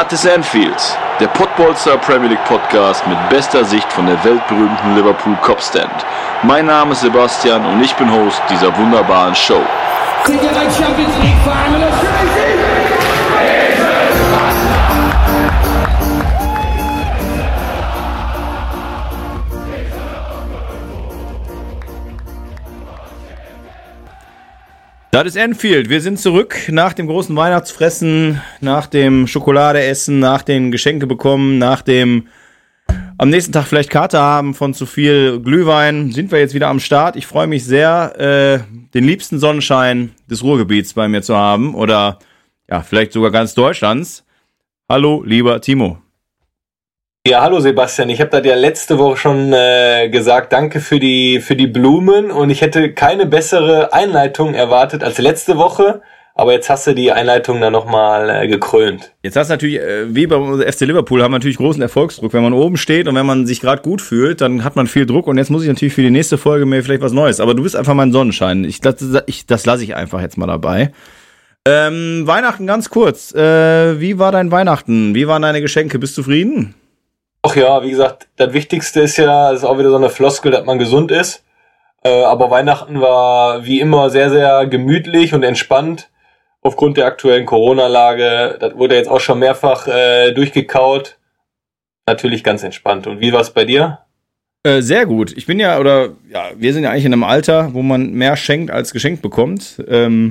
Das ist Anfield, der Podbolster Premier League Podcast mit bester Sicht von der weltberühmten Liverpool Copstand. Mein Name ist Sebastian und ich bin Host dieser wunderbaren Show. Das ist Anfield. Wir sind zurück nach dem großen Weihnachtsfressen, nach dem Schokoladeessen, nach den Geschenke bekommen, nach dem am nächsten Tag vielleicht Kater haben von zu viel Glühwein. Sind wir jetzt wieder am Start. Ich freue mich sehr, den liebsten Sonnenschein des Ruhrgebiets bei mir zu haben oder ja, vielleicht sogar ganz Deutschlands. Hallo, lieber Timo. Ja, hallo Sebastian, ich habe das ja letzte Woche schon gesagt, danke für die Blumen und ich hätte keine bessere Einleitung erwartet als letzte Woche, aber jetzt hast du die Einleitung dann nochmal gekrönt. Jetzt hast du natürlich, wie beim FC Liverpool, haben wir natürlich großen Erfolgsdruck. Wenn man oben steht und wenn man sich gerade gut fühlt, dann hat man viel Druck und jetzt muss ich natürlich für die nächste Folge mir vielleicht was Neues, aber du bist einfach mein Sonnenschein, das lasse ich einfach jetzt mal dabei. Weihnachten ganz kurz, wie war dein Weihnachten, wie waren deine Geschenke, bist du zufrieden? Ach ja, wie gesagt, das Wichtigste ist ja, das ist auch wieder so eine Floskel, dass man gesund ist. Aber Weihnachten war wie immer sehr, sehr gemütlich und entspannt aufgrund der aktuellen Corona-Lage. Das wurde jetzt auch schon mehrfach durchgekaut. Natürlich ganz entspannt. Und wie war es bei dir? Sehr gut. Wir sind ja eigentlich in einem Alter, wo man mehr schenkt als geschenkt bekommt.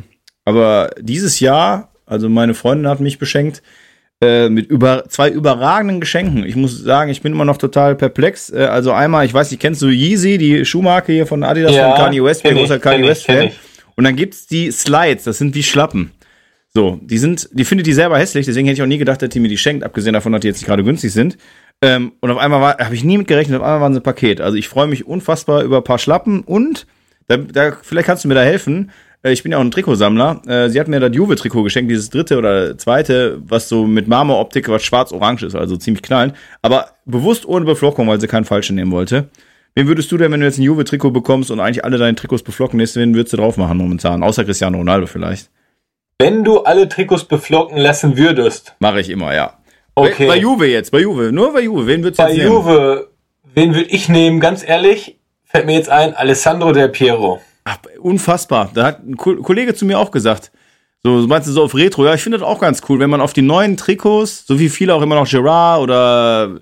Aber dieses Jahr, also meine Freundin hat mich beschenkt, mit zwei überragenden Geschenken. Ich muss sagen, ich bin immer noch total perplex. Also einmal, ich weiß nicht, kennst du Yeezy, die Schuhmarke hier von Adidas von Kanye West? Ich bin großer Kanye West-Fan. Und dann gibt's die Slides, das sind wie Schlappen. So, die findet die selber hässlich, deswegen hätte ich auch nie gedacht, dass die mir die schenkt, abgesehen davon, dass die jetzt nicht gerade günstig sind. Und auf einmal habe ich nie mit gerechnet, auf einmal waren sie ein Paket. Also ich freue mich unfassbar über ein paar Schlappen und vielleicht kannst du mir da helfen. Ich bin ja auch ein Trikotsammler. Sie hat mir das Juve-Trikot geschenkt, dieses dritte oder zweite, was so mit Marmoroptik, was schwarz-orange ist, also ziemlich knallend. Aber bewusst ohne Beflockung, weil sie keinen falschen nehmen wollte. Wen würdest du denn, wenn du jetzt ein Juve-Trikot bekommst und eigentlich alle deine Trikots beflocken lässt, wen würdest du drauf machen momentan? Außer Cristiano Ronaldo vielleicht. Wenn du alle Trikots beflocken lassen würdest. Mache ich immer, ja. Okay. Bei Juve, nur bei Juve. Wen würdest du jetzt nehmen? Bei Juve, wen würde ich nehmen? Ganz ehrlich, fällt mir jetzt ein, Alessandro Del Piero. Ach, unfassbar. Da hat ein Kollege zu mir auch gesagt, so meinst du so auf Retro, ja, ich finde das auch ganz cool, wenn man auf die neuen Trikots, so wie viele auch immer noch Gerrard oder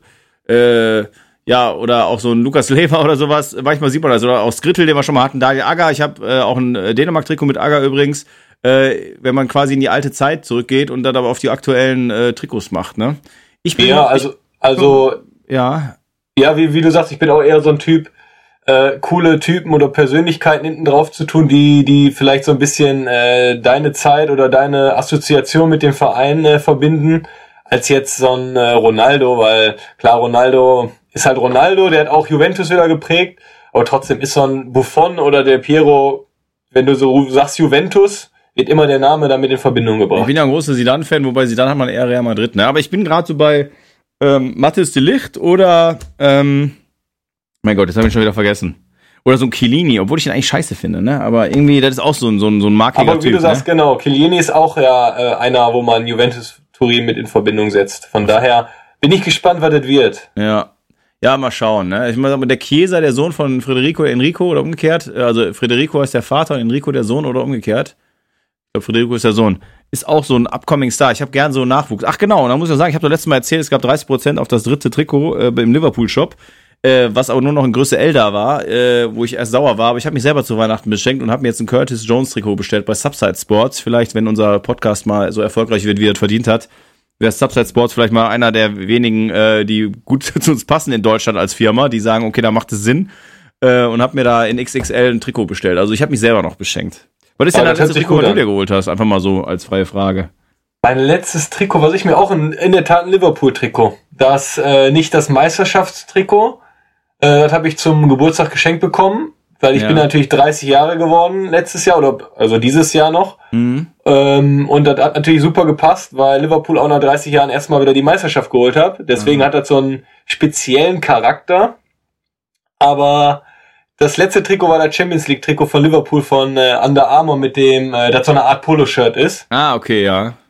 oder auch so ein Lukas Lever oder sowas, manchmal sieht man das, oder auch Skrittel, den wir schon mal hatten, Daniel Agger, ich habe auch ein Dänemark-Trikot mit Agger übrigens, wenn man quasi in die alte Zeit zurückgeht und dann aber auf die aktuellen Trikots macht, ne? Wie du sagst, ich bin auch eher so ein Typ, coole Typen oder Persönlichkeiten hinten drauf zu tun, die vielleicht so ein bisschen deine Zeit oder deine Assoziation mit dem Verein verbinden, als jetzt so ein Ronaldo, weil klar, Ronaldo ist halt Ronaldo, der hat auch Juventus wieder geprägt, aber trotzdem ist so ein Buffon oder der Piero, wenn du so sagst Juventus, wird immer der Name damit in Verbindung gebracht. Ich bin ja ein großer Zidane-Fan, wobei Zidane hat man eher Real Madrid, ne? Aber ich bin gerade so bei Mathis de Ligt oder mein Gott, jetzt habe ich schon wieder vergessen. Oder so ein Chiellini, obwohl ich ihn eigentlich scheiße finde, ne? Aber irgendwie, das ist auch so ein markiger Typ. Aber wie du sagst, genau, Chiellini ist auch einer, wo man Juventus Turin mit in Verbindung setzt. Von daher bin ich gespannt, was das wird. Ja, mal schauen, ne? Ich meine, der Chiesa, der Sohn von Federico Enrico oder umgekehrt, also Federico ist der Vater und Enrico der Sohn oder umgekehrt. Ich glaube, Federico ist der Sohn. Ist auch so ein upcoming Star. Ich habe gern so einen Nachwuchs. Ach genau, und da muss ich sagen, ich habe das letzte Mal erzählt, es gab 30% auf das dritte Trikot im Liverpool-Shop. Was aber nur noch in Größe L da war, wo ich erst sauer war, aber ich habe mich selber zu Weihnachten beschenkt und habe mir jetzt ein Curtis Jones Trikot bestellt bei Subside Sports. Vielleicht, wenn unser Podcast mal so erfolgreich wird, wie er verdient hat, wäre Subside Sports vielleicht mal einer der wenigen, die gut zu uns passen in Deutschland als Firma, die sagen, okay, da macht es Sinn, und habe mir da in XXL ein Trikot bestellt. Also ich habe mich selber noch beschenkt. Was ist denn das letzte Trikot, was du dir geholt hast? Einfach mal so als freie Frage. Mein letztes Trikot, was ich mir auch in der Tat ein Liverpool-Trikot. Das nicht das Meisterschaftstrikot. Das habe ich zum Geburtstag geschenkt bekommen, weil ich bin natürlich 30 Jahre geworden letztes Jahr, also dieses Jahr noch. Mhm. Und das hat natürlich super gepasst, weil Liverpool auch nach 30 Jahren erstmal wieder die Meisterschaft geholt hat. Deswegen hat das so einen speziellen Charakter. Aber das letzte Trikot war das Champions League Trikot von Liverpool von Under Armour mit dem, das so eine Art Poloshirt ist. Ah, okay, ja.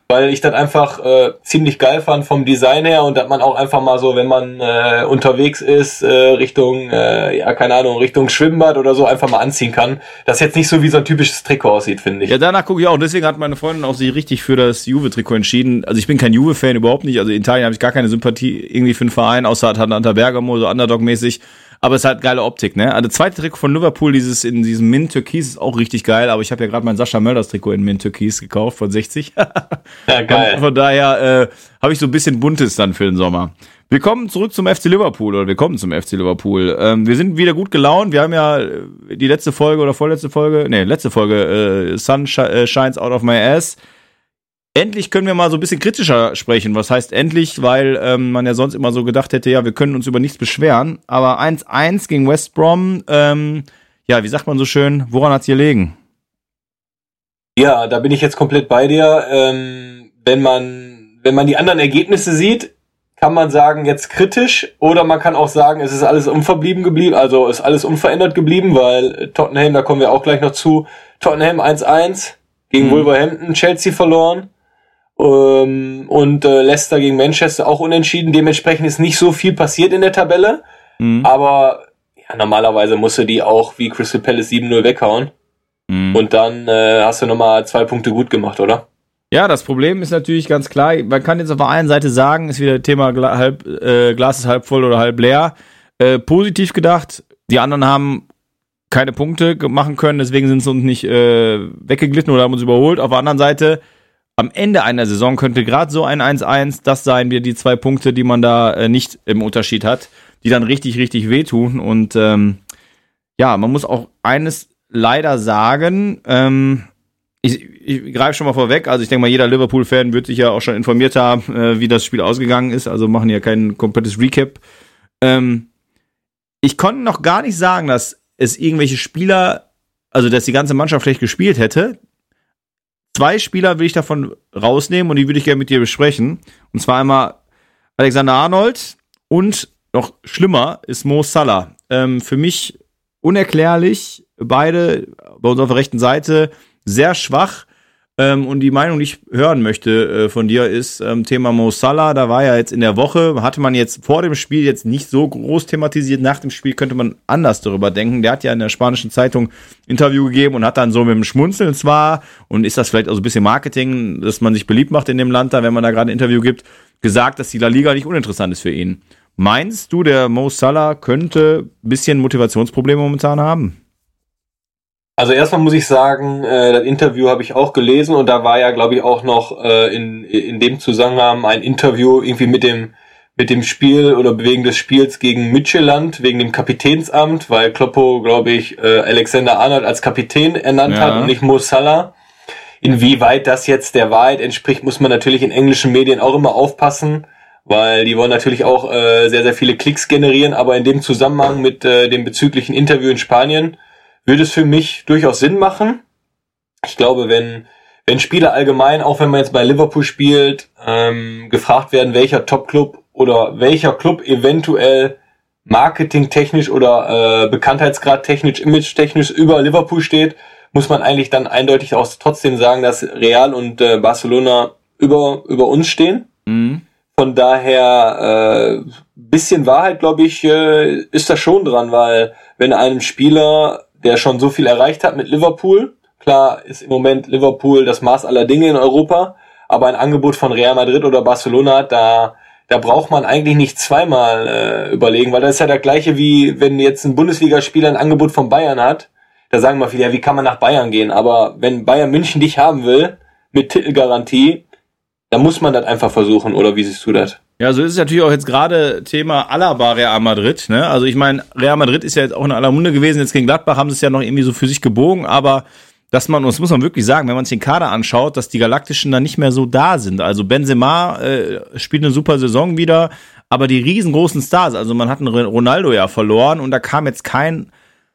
weil ich das einfach ziemlich geil fand vom Design her und dass man auch einfach mal so, wenn man unterwegs ist, Richtung, keine Ahnung, Richtung Schwimmbad oder so einfach mal anziehen kann. Das jetzt nicht so wie so ein typisches Trikot aussieht, finde ich. Ja, danach gucke ich auch. Deswegen hat meine Freundin auch sich richtig für das Juve-Trikot entschieden. Also ich bin kein Juve-Fan, überhaupt nicht. Also in Italien habe ich gar keine Sympathie irgendwie für einen Verein, außer Atalanta Bergamo, so Underdog-mäßig. Aber es ist halt geile Optik, ne? Also das zweite Trikot von Liverpool, in diesem Mint-Türkis, ist auch richtig geil. Aber ich habe ja gerade mein Sascha Mölders-Trikot in Mint-Türkis gekauft von 60. Ja, geil. Von daher habe ich so ein bisschen Buntes dann für den Sommer. Wir kommen zurück zum FC Liverpool, oder wir kommen zum FC Liverpool. Wir sind wieder gut gelaunt. Wir haben ja die letzte Folge oder vorletzte Folge, letzte Folge, Sun Shines Out of My Ass. Endlich können wir mal so ein bisschen kritischer sprechen. Was heißt endlich? Weil man ja sonst immer so gedacht hätte, ja, wir können uns über nichts beschweren. Aber 1-1 gegen West Brom, ja, wie sagt man so schön, woran hat's gelegen? Ja, da bin ich jetzt komplett bei dir. Wenn man die anderen Ergebnisse sieht, kann man sagen, jetzt kritisch, oder man kann auch sagen, es ist alles also ist alles unverändert geblieben, weil Tottenham, da kommen wir auch gleich noch zu, Tottenham 1-1 gegen Wolverhampton, Chelsea verloren. Und Leicester gegen Manchester auch unentschieden. Dementsprechend ist nicht so viel passiert in der Tabelle. Aber ja, normalerweise musst du die auch wie Crystal Palace 7-0 weghauen. Und dann hast du nochmal 2 Punkte gut gemacht, oder? Ja, das Problem ist natürlich ganz klar, man kann jetzt auf der einen Seite sagen, ist wieder Thema Glas ist halb voll oder halb leer. Positiv gedacht, die anderen haben keine Punkte machen können, deswegen sind sie uns nicht weggeglitten oder haben uns überholt. Auf der anderen Seite, am Ende einer Saison könnte gerade so ein 1-1 das sein, wie die 2 Punkte, die man da nicht im Unterschied hat, die dann richtig, richtig wehtun. Und ja, man muss auch eines leider sagen, ich greife schon mal vorweg, also ich denke mal, jeder Liverpool-Fan wird sich ja auch schon informiert haben, wie das Spiel ausgegangen ist, also machen ja kein komplettes Recap. Ich konnte noch gar nicht sagen, dass es irgendwelche Spieler, also dass die ganze Mannschaft schlecht gespielt hätte. 2 Spieler will ich davon rausnehmen und die würde ich gerne mit dir besprechen. Und zwar einmal Alexander Arnold und noch schlimmer ist Mo Salah. Für mich unerklärlich, beide bei uns auf der rechten Seite sehr schwach. Und die Meinung, die ich hören möchte von dir, ist Thema Mo Salah. Da war ja jetzt in der Woche, hatte man jetzt vor dem Spiel jetzt nicht so groß thematisiert. Nach dem Spiel könnte man anders darüber denken. Der hat ja in der spanischen Zeitung Interview gegeben und hat dann so mit dem Schmunzeln zwar, und ist das vielleicht auch so ein bisschen Marketing, dass man sich beliebt macht in dem Land da, wenn man da gerade ein Interview gibt, gesagt, dass die La Liga nicht uninteressant ist für ihn. Meinst du, der Mo Salah könnte ein bisschen Motivationsprobleme momentan haben? Also erstmal muss ich sagen, das Interview habe ich auch gelesen und da war ja, glaube ich, auch noch in dem Zusammenhang ein Interview irgendwie mit dem Spiel oder wegen des Spiels gegen Midtjylland, wegen dem Kapitänsamt, weil Kloppo, glaube ich, Alexander Arnold als Kapitän ernannt hat und nicht Mo Salah. Inwieweit das jetzt der Wahrheit entspricht, muss man natürlich in englischen Medien auch immer aufpassen, weil die wollen natürlich auch sehr, sehr viele Klicks generieren, aber in dem Zusammenhang mit dem bezüglichen Interview in Spanien würde es für mich durchaus Sinn machen. Ich glaube, wenn Spieler allgemein, auch wenn man jetzt bei Liverpool spielt, gefragt werden, welcher Top-Club oder welcher Club eventuell marketingtechnisch oder bekanntheitsgradtechnisch, image-technisch über Liverpool steht, muss man eigentlich dann eindeutig auch trotzdem sagen, dass Real und Barcelona über uns stehen. Von daher bisschen Wahrheit, glaube ich, ist da schon dran, weil wenn einem Spieler, der schon so viel erreicht hat mit Liverpool, klar ist im Moment Liverpool das Maß aller Dinge in Europa, aber ein Angebot von Real Madrid oder Barcelona, da braucht man eigentlich nicht zweimal überlegen, weil das ist ja das Gleiche wie wenn jetzt ein Bundesligaspieler ein Angebot von Bayern hat, da sagen wir viele, ja, wie kann man nach Bayern gehen, aber wenn Bayern München dich haben will, mit Titelgarantie, dann muss man das einfach versuchen, oder wie siehst du das? Ja, so ist es natürlich auch jetzt gerade Thema Alaba Real Madrid, ne? Also ich meine, Real Madrid ist ja jetzt auch in aller Munde gewesen, jetzt gegen Gladbach haben sie es ja noch irgendwie so für sich gebogen, aber das muss man wirklich sagen, wenn man sich den Kader anschaut, dass die Galaktischen dann nicht mehr so da sind. Also Benzema spielt eine super Saison wieder, aber die riesengroßen Stars, also man hat einen Ronaldo ja verloren und da kam jetzt kein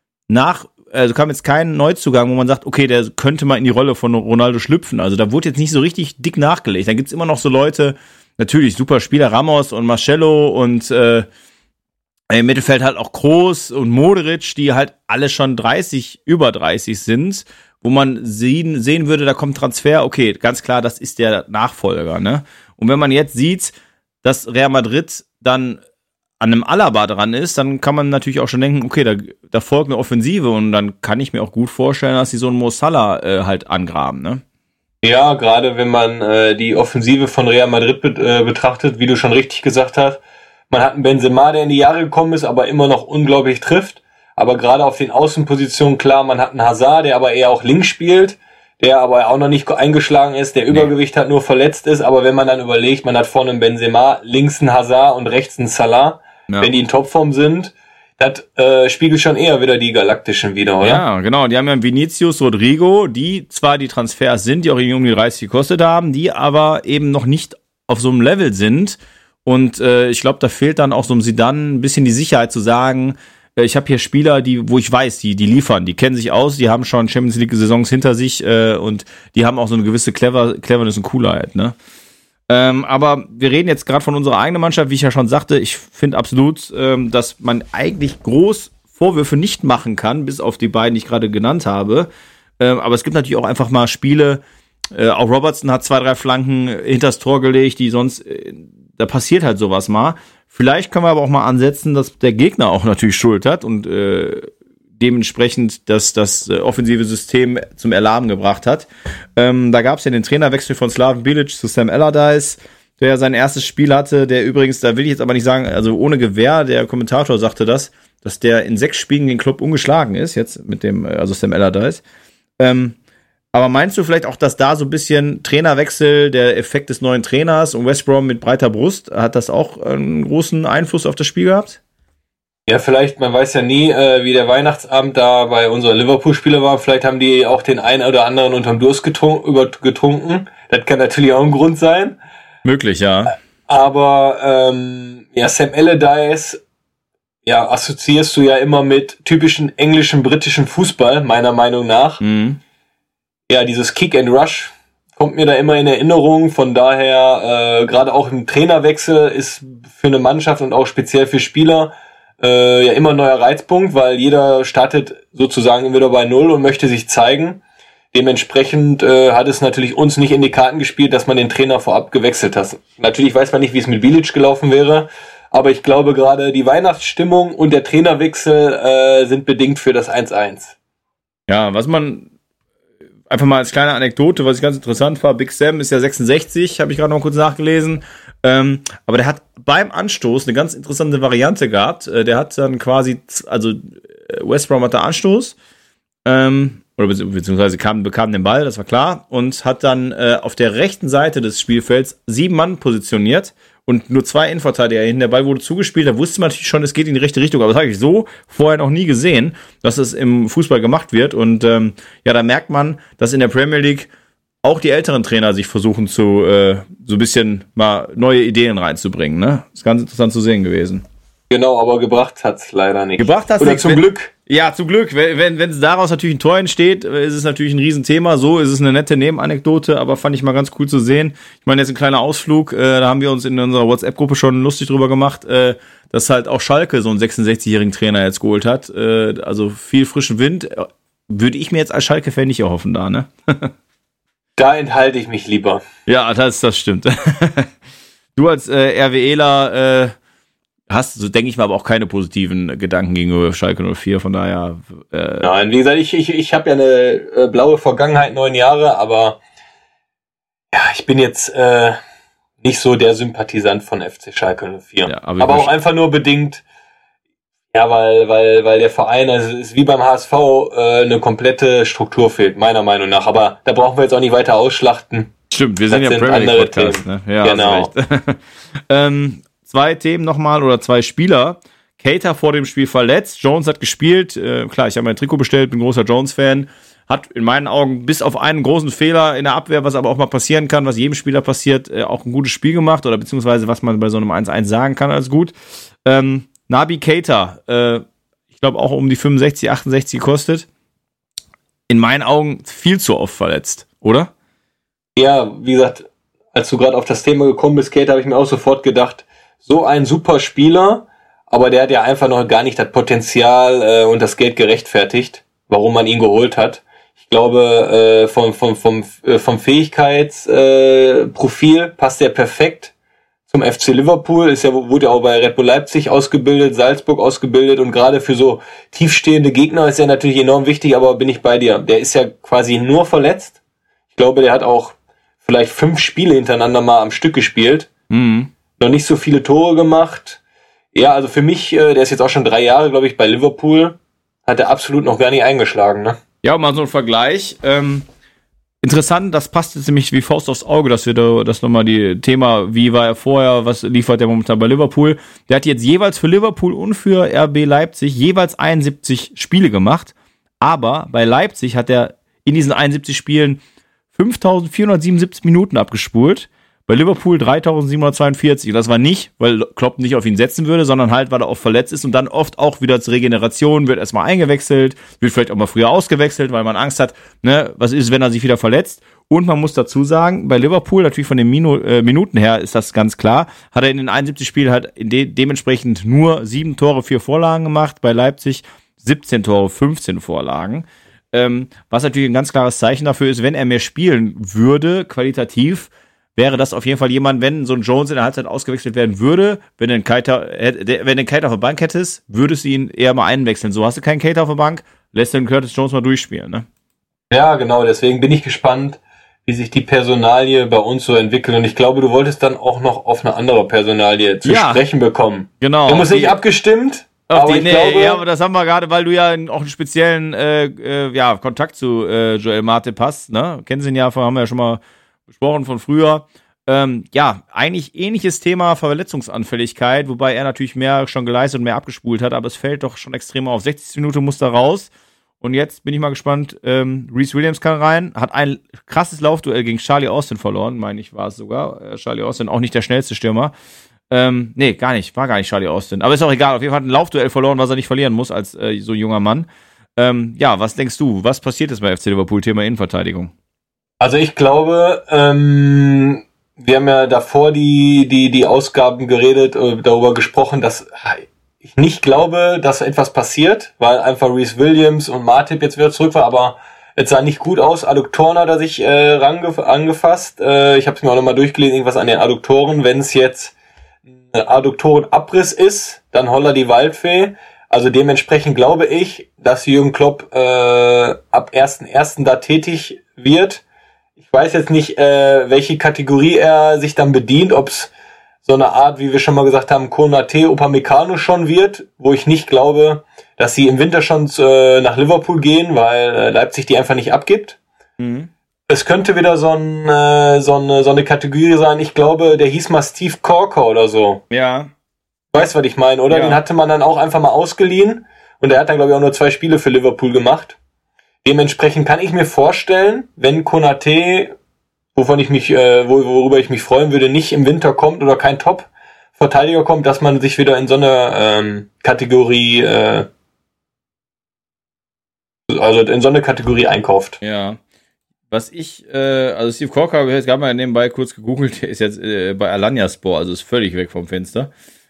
Neuzugang, wo man sagt, okay, der könnte mal in die Rolle von Ronaldo schlüpfen. Also da wurde jetzt nicht so richtig dick nachgelegt. Da gibt's immer noch so Leute, natürlich super Spieler, Ramos und Marcelo und im Mittelfeld halt auch Kroos und Modric, die halt alle schon über 30 sind wo man sehen würde, da kommt Transfer, okay, ganz klar, das ist der Nachfolger, ne? Und wenn man jetzt sieht, dass Real Madrid dann an einem Alaba dran ist, dann kann man natürlich auch schon denken, okay, da folgt eine Offensive und dann kann ich mir auch gut vorstellen, dass sie so einen Mo Salah halt angraben, ne? Ja, gerade wenn man die Offensive von Real Madrid betrachtet, wie du schon richtig gesagt hast, man hat einen Benzema, der in die Jahre gekommen ist, aber immer noch unglaublich trifft, aber gerade auf den Außenpositionen, klar, man hat einen Hazard, der aber eher auch links spielt, der aber auch noch nicht eingeschlagen ist, der Übergewicht hat, nur verletzt ist, aber wenn man dann überlegt, man hat vorne einen Benzema, links einen Hazard und rechts einen Salah, wenn die in Topform sind, das spiegelt schon eher wieder die Galaktischen wieder, oder? Ja, genau. Die haben ja Vinicius, Rodrigo, die zwar die Transfers sind, die auch irgendwie um die 30 gekostet haben, die aber eben noch nicht auf so einem Level sind. Und ich glaube, da fehlt dann auch so einem Zidane ein bisschen die Sicherheit zu sagen, ich habe hier Spieler, wo ich weiß, die liefern, die kennen sich aus, die haben schon Champions League Saisons hinter sich und die haben auch so eine gewisse Cleverness und Coolheit, ne? Aber wir reden jetzt gerade von unserer eigenen Mannschaft, wie ich ja schon sagte, ich finde absolut, dass man eigentlich groß Vorwürfe nicht machen kann, bis auf die beiden, die ich gerade genannt habe. Aber es gibt natürlich auch einfach mal Spiele, auch Robertson hat 2, 3 Flanken hinters Tor gelegt, die sonst, da passiert halt sowas mal. Vielleicht können wir aber auch mal ansetzen, dass der Gegner auch natürlich Schuld hat und dementsprechend das offensive System zum Erlahmen gebracht hat. Da gab es ja den Trainerwechsel von Slaven Bilic zu Sam Allardyce, der sein erstes Spiel hatte, der übrigens, da will ich jetzt aber nicht sagen, also ohne Gewehr, der Kommentator sagte das, dass der in 6 Spielen den Club ungeschlagen ist, jetzt mit dem, also Sam Allardyce. Aber meinst du vielleicht auch, dass da so ein bisschen Trainerwechsel, der Effekt des neuen Trainers und West Brom mit breiter Brust, hat das auch einen großen Einfluss auf das Spiel gehabt? Ja, vielleicht, man weiß ja nie, wie der Weihnachtsabend da bei unseren Liverpool-Spieler war. Vielleicht haben die auch den einen oder anderen unterm Durst getrunken. Das kann natürlich auch ein Grund sein. Möglich, ja. Aber Sam Allardyce, ja, assoziierst du ja immer mit typischen englischen, britischen Fußball, meiner Meinung nach. Mhm. Ja, dieses Kick and Rush kommt mir da immer in Erinnerung. Von daher, gerade auch im Trainerwechsel ist für eine Mannschaft und auch speziell für Spieler ja immer ein neuer Reizpunkt, weil jeder startet sozusagen wieder bei Null und möchte sich zeigen. Dementsprechend hat es natürlich uns nicht in die Karten gespielt, dass man den Trainer vorab gewechselt hat. Natürlich weiß man nicht, wie es mit Bilic gelaufen wäre, aber ich glaube gerade die Weihnachtsstimmung und der Trainerwechsel sind bedingt für das 1-1. Ja, was man einfach mal als kleine Anekdote, was ich ganz interessant war, Big Sam ist ja 66, habe ich gerade noch kurz nachgelesen, aber der hat beim Anstoß eine ganz interessante Variante gehabt. Der hat dann quasi, also West Brom hatte Anstoß, oder beziehungsweise bekam den Ball, das war klar, und hat dann auf der rechten Seite des Spielfelds 7 Mann positioniert und nur 2 Innenverteidiger hin. Der Ball wurde zugespielt, da wusste man natürlich schon, es geht in die richtige Richtung, aber das habe ich so vorher noch nie gesehen, dass es im Fußball gemacht wird. Und ja, da merkt man, dass in der Premier League auch die älteren Trainer sich versuchen so ein bisschen mal neue Ideen reinzubringen, ne? Ist ganz interessant zu sehen gewesen. Genau, aber gebracht hat's leider nicht. Gebracht hat's oder nicht. Zum Glück. Ja, zum Glück. Wenn es daraus natürlich ein Tor entsteht, ist es natürlich ein Riesenthema. So ist es eine nette Nebenanekdote, aber fand ich mal ganz cool zu sehen. Ich meine, jetzt ein kleiner Ausflug, da haben wir uns in unserer WhatsApp-Gruppe schon lustig drüber gemacht, dass halt auch Schalke so einen 66-jährigen Trainer jetzt geholt hat. Also viel frischen Wind. Würde ich mir jetzt als Schalke-Fan nicht erhoffen da, ne? Da enthalte ich mich lieber. Ja, das stimmt. Du als RWEler hast, so denke ich mal, aber auch keine positiven Gedanken gegenüber Schalke 04, von daher... Nein, wie gesagt, ich habe ja eine blaue Vergangenheit, 9 Jahre, aber ja, ich bin jetzt nicht so der Sympathisant von FC Schalke 04. Ja, aber auch einfach nur bedingt, ja, weil der Verein, also es ist wie beim HSV, eine komplette Struktur fehlt, meiner Meinung nach. Aber da brauchen wir jetzt auch nicht weiter ausschlachten. Stimmt, wir sind ja Premier League Podcast, ne? Ja, genau. 2 Themen nochmal oder 2 Spieler. Keita vor dem Spiel verletzt, Jones hat gespielt. Klar, ich habe mein Trikot bestellt, bin großer Jones-Fan. Hat in meinen Augen bis auf einen großen Fehler in der Abwehr, was aber auch mal passieren kann, was jedem Spieler passiert, auch ein gutes Spiel gemacht oder beziehungsweise was man bei so einem 1-1 sagen kann als gut. Naby Keita, ich glaube auch um die 65, 68 gekostet. In meinen Augen viel zu oft verletzt, oder? Ja, wie gesagt, als du gerade auf das Thema gekommen bist, Keita, habe ich mir auch sofort gedacht, so ein super Spieler, aber der hat ja einfach noch gar nicht das Potenzial und das Geld gerechtfertigt, warum man ihn geholt hat. Ich glaube, vom Fähigkeitsprofil passt er perfekt zum FC Liverpool. Wurde ja auch bei Red Bull Leipzig ausgebildet, Salzburg ausgebildet, und gerade für so tiefstehende Gegner ist er natürlich enorm wichtig, aber bin ich bei dir. Der ist ja quasi nur verletzt. Ich glaube, der hat auch vielleicht 5 Spiele hintereinander mal am Stück gespielt. Noch nicht so viele Tore gemacht. Ja, also für mich, der ist jetzt auch schon 3 Jahre, glaube ich, bei Liverpool, hat er absolut noch gar nicht eingeschlagen, ne? Ja, mal so ein Vergleich. Interessant, das passt jetzt nämlich wie Faust aufs Auge, dass wir da das nochmal die Thema, wie war er vorher, was liefert er momentan bei Liverpool. Der hat jetzt jeweils für Liverpool und für RB Leipzig jeweils 71 Spiele gemacht, aber bei Leipzig hat er in diesen 71 Spielen 5.477 Minuten abgespult, bei Liverpool 3.742. Und das war nicht, weil Klopp nicht auf ihn setzen würde, sondern halt, weil er oft verletzt ist und dann oft auch wieder zur Regeneration, wird erstmal eingewechselt, wird vielleicht auch mal früher ausgewechselt, weil man Angst hat, ne, was ist, wenn er sich wieder verletzt. Und man muss dazu sagen, bei Liverpool, natürlich von den Minuten her ist das ganz klar, hat er in den 71 Spielen halt dementsprechend nur 7 Tore, 4 Vorlagen gemacht, bei Leipzig 17 Tore, 15 Vorlagen. Was natürlich ein ganz klares Zeichen dafür ist, wenn er mehr spielen würde, qualitativ, wäre das auf jeden Fall jemand, wenn so ein Jones in der Halbzeit ausgewechselt werden würde, wenn du einen Keita auf der Bank hättest, würdest du ihn eher mal einwechseln. So hast du keinen Keita auf der Bank, lässt den Curtis Jones mal durchspielen, ne? Ja, genau, deswegen bin ich gespannt, wie sich die Personalie bei uns so entwickelt. Und ich glaube, du wolltest dann auch noch auf eine andere Personalie zu sprechen bekommen. Genau. Du musst nicht abgestimmt. Aber aber das haben wir gerade, weil du ja auch einen speziellen Kontakt zu Joel Matip hast, ne? Kennen Sie ihn ja, haben wir ja schon mal besprochen von früher. Eigentlich ähnliches Thema Verletzungsanfälligkeit, wobei er natürlich mehr schon geleistet und mehr abgespult hat, aber es fällt doch schon extrem auf. 60 Minuten muss da raus. Und jetzt bin ich mal gespannt, Reece Williams kann rein, hat ein krasses Laufduell gegen Charlie Austin verloren, meine ich, war es sogar. Charlie Austin, auch nicht der schnellste Stürmer. War gar nicht Charlie Austin. Aber ist auch egal, auf jeden Fall hat ein Laufduell verloren, was er nicht verlieren muss als so junger Mann. Was denkst du, was passiert jetzt bei FC Liverpool, Thema Innenverteidigung? Also ich glaube, wir haben ja davor die Ausgaben geredet, darüber gesprochen, dass ich nicht glaube, dass etwas passiert, weil einfach Reece Williams und Matip jetzt wieder zurück war, aber es sah nicht gut aus. Adduktoren hat er sich angefasst. Ich habe es mir auch nochmal durchgelesen, irgendwas an den Adduktoren. Wenn es jetzt ein Adduktorenabriss ist, dann holla die Waldfee. Also dementsprechend glaube ich, dass Jürgen Klopp ab 1.1. da tätig wird. Ich weiß jetzt nicht, welche Kategorie er sich dann bedient, ob es so eine Art, wie wir schon mal gesagt haben, Konate, Upamecano schon wird, wo ich nicht glaube, dass sie im Winter schon nach Liverpool gehen, weil Leipzig die einfach nicht abgibt. Mhm. Es könnte wieder so eine Kategorie sein, ich glaube, der hieß mal Steve Corker oder so. Ja. Weißt du, was ich meine, oder? Ja. Den hatte man dann auch einfach mal ausgeliehen und der hat dann, glaube ich, auch nur 2 Spiele für Liverpool gemacht. Dementsprechend kann ich mir vorstellen, wenn Konate, worüber ich mich freuen würde, nicht im Winter kommt oder kein Top-Verteidiger kommt, dass man sich wieder in so eine Kategorie, einkauft. Ja. Was ich, Steve Corker habe ich jetzt gerade mal nebenbei kurz gegoogelt, der ist jetzt bei Alanyaspor, also ist völlig weg vom Fenster.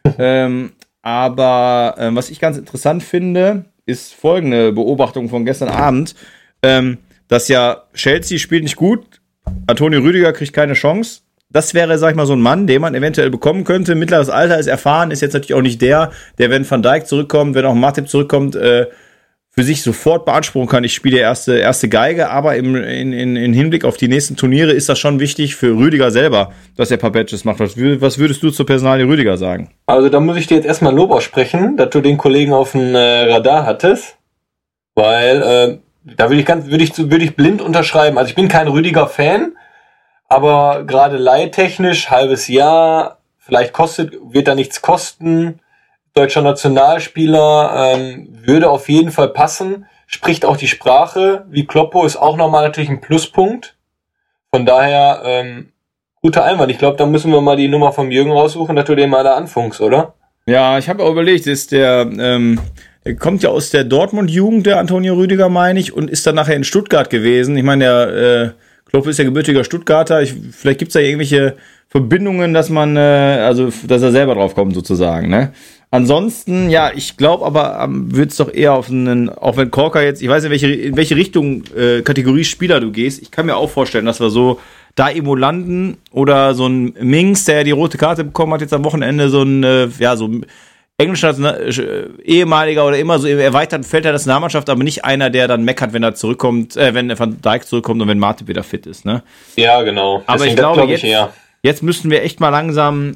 Aber was ich ganz interessant finde, ist folgende Beobachtung von gestern Abend, dass ja Chelsea spielt nicht gut, Antonio Rüdiger kriegt keine Chance. Das wäre, sag ich mal, so ein Mann, den man eventuell bekommen könnte. Mittleres Alter, ist erfahren, ist jetzt natürlich auch nicht der, wenn Van Dijk zurückkommt, wenn auch Matip zurückkommt, für sich sofort beanspruchen kann, ich spiele erste Geige, aber in Hinblick auf die nächsten Turniere ist das schon wichtig für Rüdiger selber, dass er ein paar Badges macht. Was würdest du zur Personalie Rüdiger sagen? Also da muss ich dir jetzt erstmal Lob aussprechen, dass du den Kollegen auf dem Radar hattest, weil da würde ich blind unterschreiben. Also ich bin kein Rüdiger-Fan, aber gerade leihtechnisch, halbes Jahr, vielleicht wird da nichts kosten. Deutscher Nationalspieler, würde auf jeden Fall passen, spricht auch die Sprache, wie Kloppo, ist auch nochmal natürlich ein Pluspunkt. Von daher, guter Einwand. Ich glaube, da müssen wir mal die Nummer vom Jürgen raussuchen, dass du den mal da anfunkst, oder? Ja, ich habe auch überlegt, der kommt ja aus der Dortmund-Jugend, der Antonio Rüdiger, meine ich, und ist dann nachher in Stuttgart gewesen. Ich meine, der Kloppo ist ja gebürtiger Stuttgarter. Vielleicht gibt's da irgendwelche Verbindungen, dass man, dass er selber drauf kommt, sozusagen, ne? Ansonsten, ja, ich glaube aber, wird es doch eher auf einen, auch wenn Corker jetzt, ich weiß nicht, in welche Richtung Kategorie Spieler du gehst, ich kann mir auch vorstellen, dass wir so da irgendwo landen oder so ein Minks, der die rote Karte bekommen hat jetzt am Wochenende, so ein, so ein englischer ehemaliger oder immer so im erweiterten Feld der Nationalmannschaft, aber nicht einer, der dann meckert, wenn er zurückkommt, wenn Van Dijk zurückkommt und wenn Matip wieder fit ist, ne? Ja, genau. Aber ich glaube, jetzt müssten wir echt mal langsam,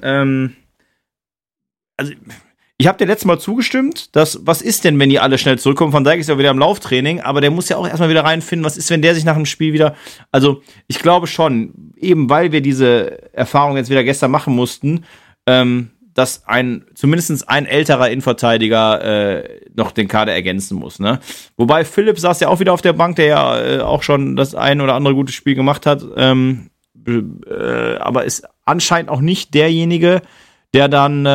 also ich habe dir letztes Mal zugestimmt, dass, was ist denn, wenn die alle schnell zurückkommen? Van Dijk ist ja wieder im Lauftraining, aber der muss ja auch erstmal wieder reinfinden, was ist, wenn der sich nach dem Spiel wieder, also ich glaube schon, eben weil wir diese Erfahrung jetzt wieder gestern machen mussten, dass zumindest ein älterer Innenverteidiger noch den Kader ergänzen muss, ne? Wobei Philipp saß ja auch wieder auf der Bank, der ja auch schon das ein oder andere gute Spiel gemacht hat, aber ist anscheinend auch nicht derjenige, der dann